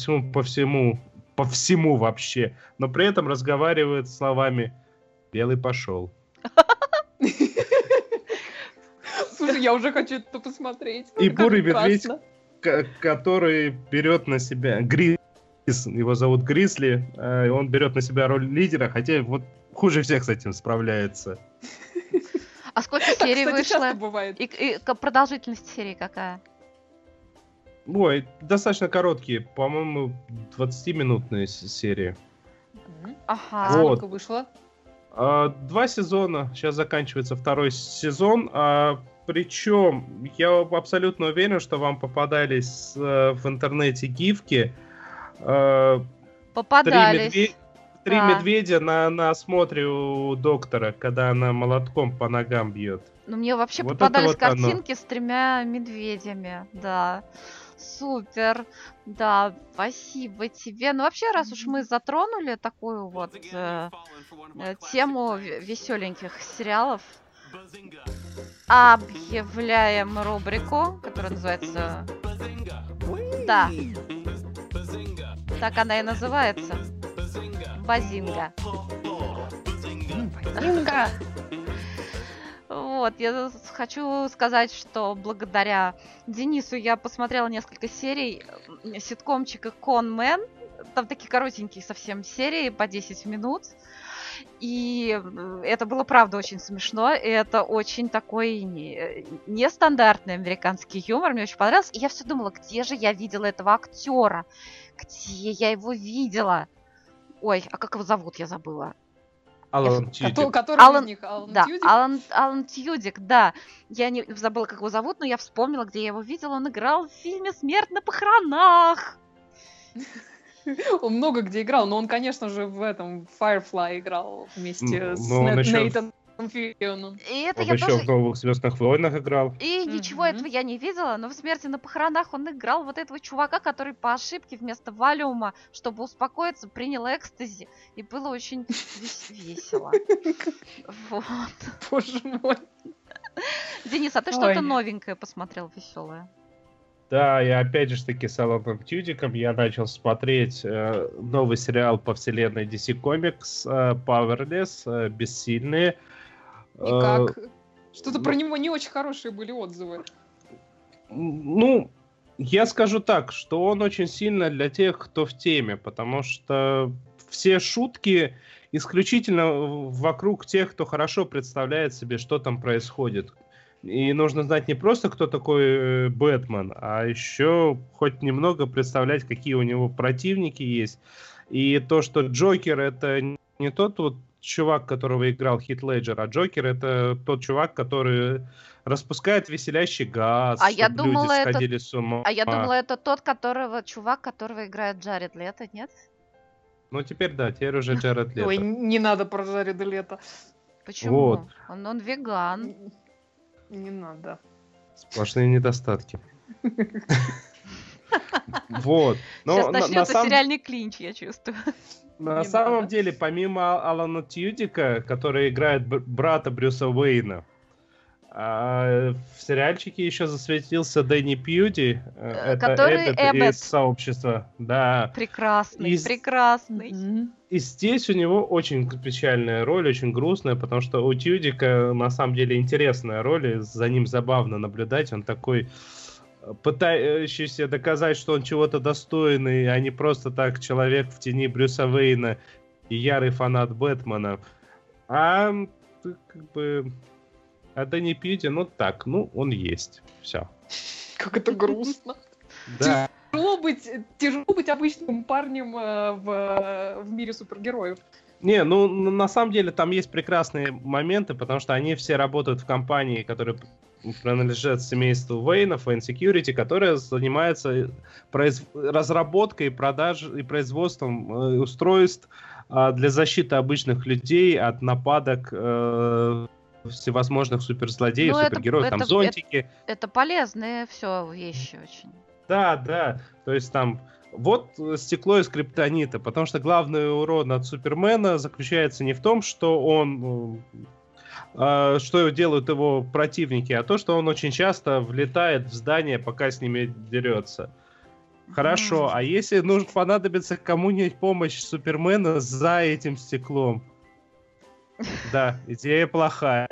всему вообще, но при этом разговаривает словами «белый пошел». Слушай, я уже хочу это посмотреть. И Как бурый прекрасно. медведь, который берет на себя его зовут Гризли, и он берет на себя роль лидера, хотя вот хуже всех с этим справляется. А сколько Так, серий кстати, часто вышло? бывает. И продолжительность серии какая? Ой, достаточно короткие, по-моему, 20-минутные серии. А Ага. Вот. сколько вышло? 2 сезона, сейчас заканчивается 2-й сезон, причем я абсолютно уверен, что вам попадались в интернете гифки. Попадались. Три Да. медведя на осмотре у доктора, когда она молотком по ногам бьет. Ну, мне вообще Вот это попадались вот оно. картинки с 3 медведями. Да. Супер. Да, спасибо тебе. Ну, вообще, раз уж мы затронули такую вот тему веселеньких сериалов, объявляем рубрику, которая называется... Да. Так она и называется. Базинга. Инга! Вот, я хочу сказать, что благодаря Денису я посмотрела несколько серий ситкомчика «Конмен». Там такие коротенькие совсем серии, по 10 минут. И это было, правда, очень смешно. И это очень такой нестандартный американский юмор. Мне очень понравился. И я все думала, где же я видела этого актера? Где я его видела? Ой, а как его зовут, я забыла. Алан Тьюдик. Который Алан- из них? Алан Да, Тьюдик? Алан Тьюдик, да. Я не забыла, как его зовут, но я вспомнила, где я его видела. Он играл в фильме «Смерть на похоронах». Он много где играл, но он, конечно же, в этом Firefly играл вместе с он еще- Нейтаном Филлионом. И это Он я еще тоже... в «Новых Звездных войнах» играл. И ничего Мгм. этого я не видела, но в «Смерти на похоронах» он играл вот этого чувака, который по ошибке вместо валиума, чтобы успокоиться, принял экстази. И было очень весело. Вот. Боже мой. Денис, а ты Ой. что-то новенькое посмотрел веселое? Да, и опять же таки с Аланом Тьюдиком я начал смотреть новый сериал по вселенной DC Comics Powerless, Бессильные. Никак. Что-то ну- про него не очень хорошие были отзывы. Ну, я скажу так, что он очень сильно для тех, кто в теме, потому что все шутки исключительно вокруг тех, кто хорошо представляет себе, что там происходит. И нужно знать не просто, кто такой Бэтмен, а еще хоть немного представлять, какие у него противники есть. И то, что Джокер — это не тот вот чувак, которого играл Хит Леджер, а Джокер — это тот чувак, который распускает веселящий газ, А я чтобы думала, люди это- сходили с ума. А я думала, это тот, чувак, которого играет Джаред Лето, нет? Ну, теперь да, теперь уже Джаред Лето. Ой, не надо про Джареда Лето. Почему? Вот. Он веган. Не надо. Сплошные недостатки. Вот. Но Сейчас на начнется самом- сериальный клинч, я чувствую. На Не самом надо. деле, помимо Алана Тьюдика, который играет брата Брюса Уэйна, в сериальчике еще засветился Дэнни Пьюди, это который Эббот Эббот. из «Сообщества». Да. Прекрасный, Из- прекрасный. Мгм. И здесь у него очень печальная роль, очень грустная, потому что у Тьюдика на самом деле интересная роль, и за ним забавно наблюдать. Он такой пытающийся доказать, что он чего-то достойный, а не просто так человек в тени Брюса Уэйна и ярый фанат Бэтмена. А как бы... А Дэнни Пьюди, ну так, ну он есть. Все. Как это грустно. Да. Тяжело быть обычным парнем в мире супергероев. Не, ну на самом деле там есть прекрасные моменты, потому что они все работают в компании, которая принадлежит семейству Уэйнов, Wayne Security, которая занимается разработкой, продажей и производством устройств для защиты обычных людей от нападок всевозможных суперзлодеев, Ну, это- супергероев, там это- зонтики. Это полезные все вещи очень. Да, да, то есть там вот стекло из криптонита, потому что главный урон от Супермена заключается не в том, что он, что делают его противники, а то, что он очень часто влетает в здание, пока с ними дерется. Хорошо, а если понадобится кому-нибудь помощь Супермена за этим стеклом? Да, идея плохая.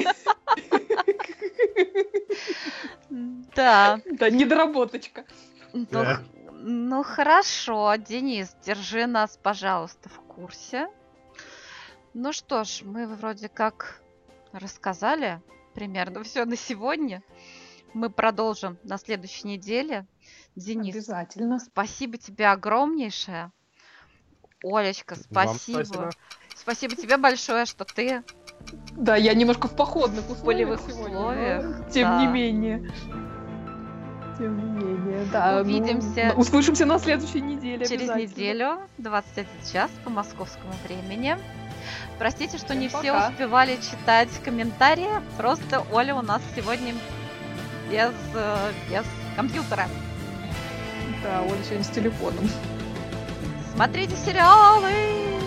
Да. Да, недоработочка. Да. Ну хорошо, Денис, держи нас, пожалуйста, в курсе. Ну что ж, мы вроде как рассказали примерно все на сегодня. Мы продолжим на следующей неделе. Денис, Обязательно. спасибо тебе огромнейшее. Олечка, Вам спасибо. Спасибо тебе большое, что ты Да, я немножко в походных условиях полевых сегодня, условиях, но тем да. не менее. Тем не менее, да. Увидимся Услышимся на следующей неделе. через обязательно. неделю, 21 час по московскому времени. Простите, что Всем не все пока. успевали читать комментарии. Просто Оля у нас сегодня без компьютера. Да, Оля сегодня с телефоном. Смотрите сериалы!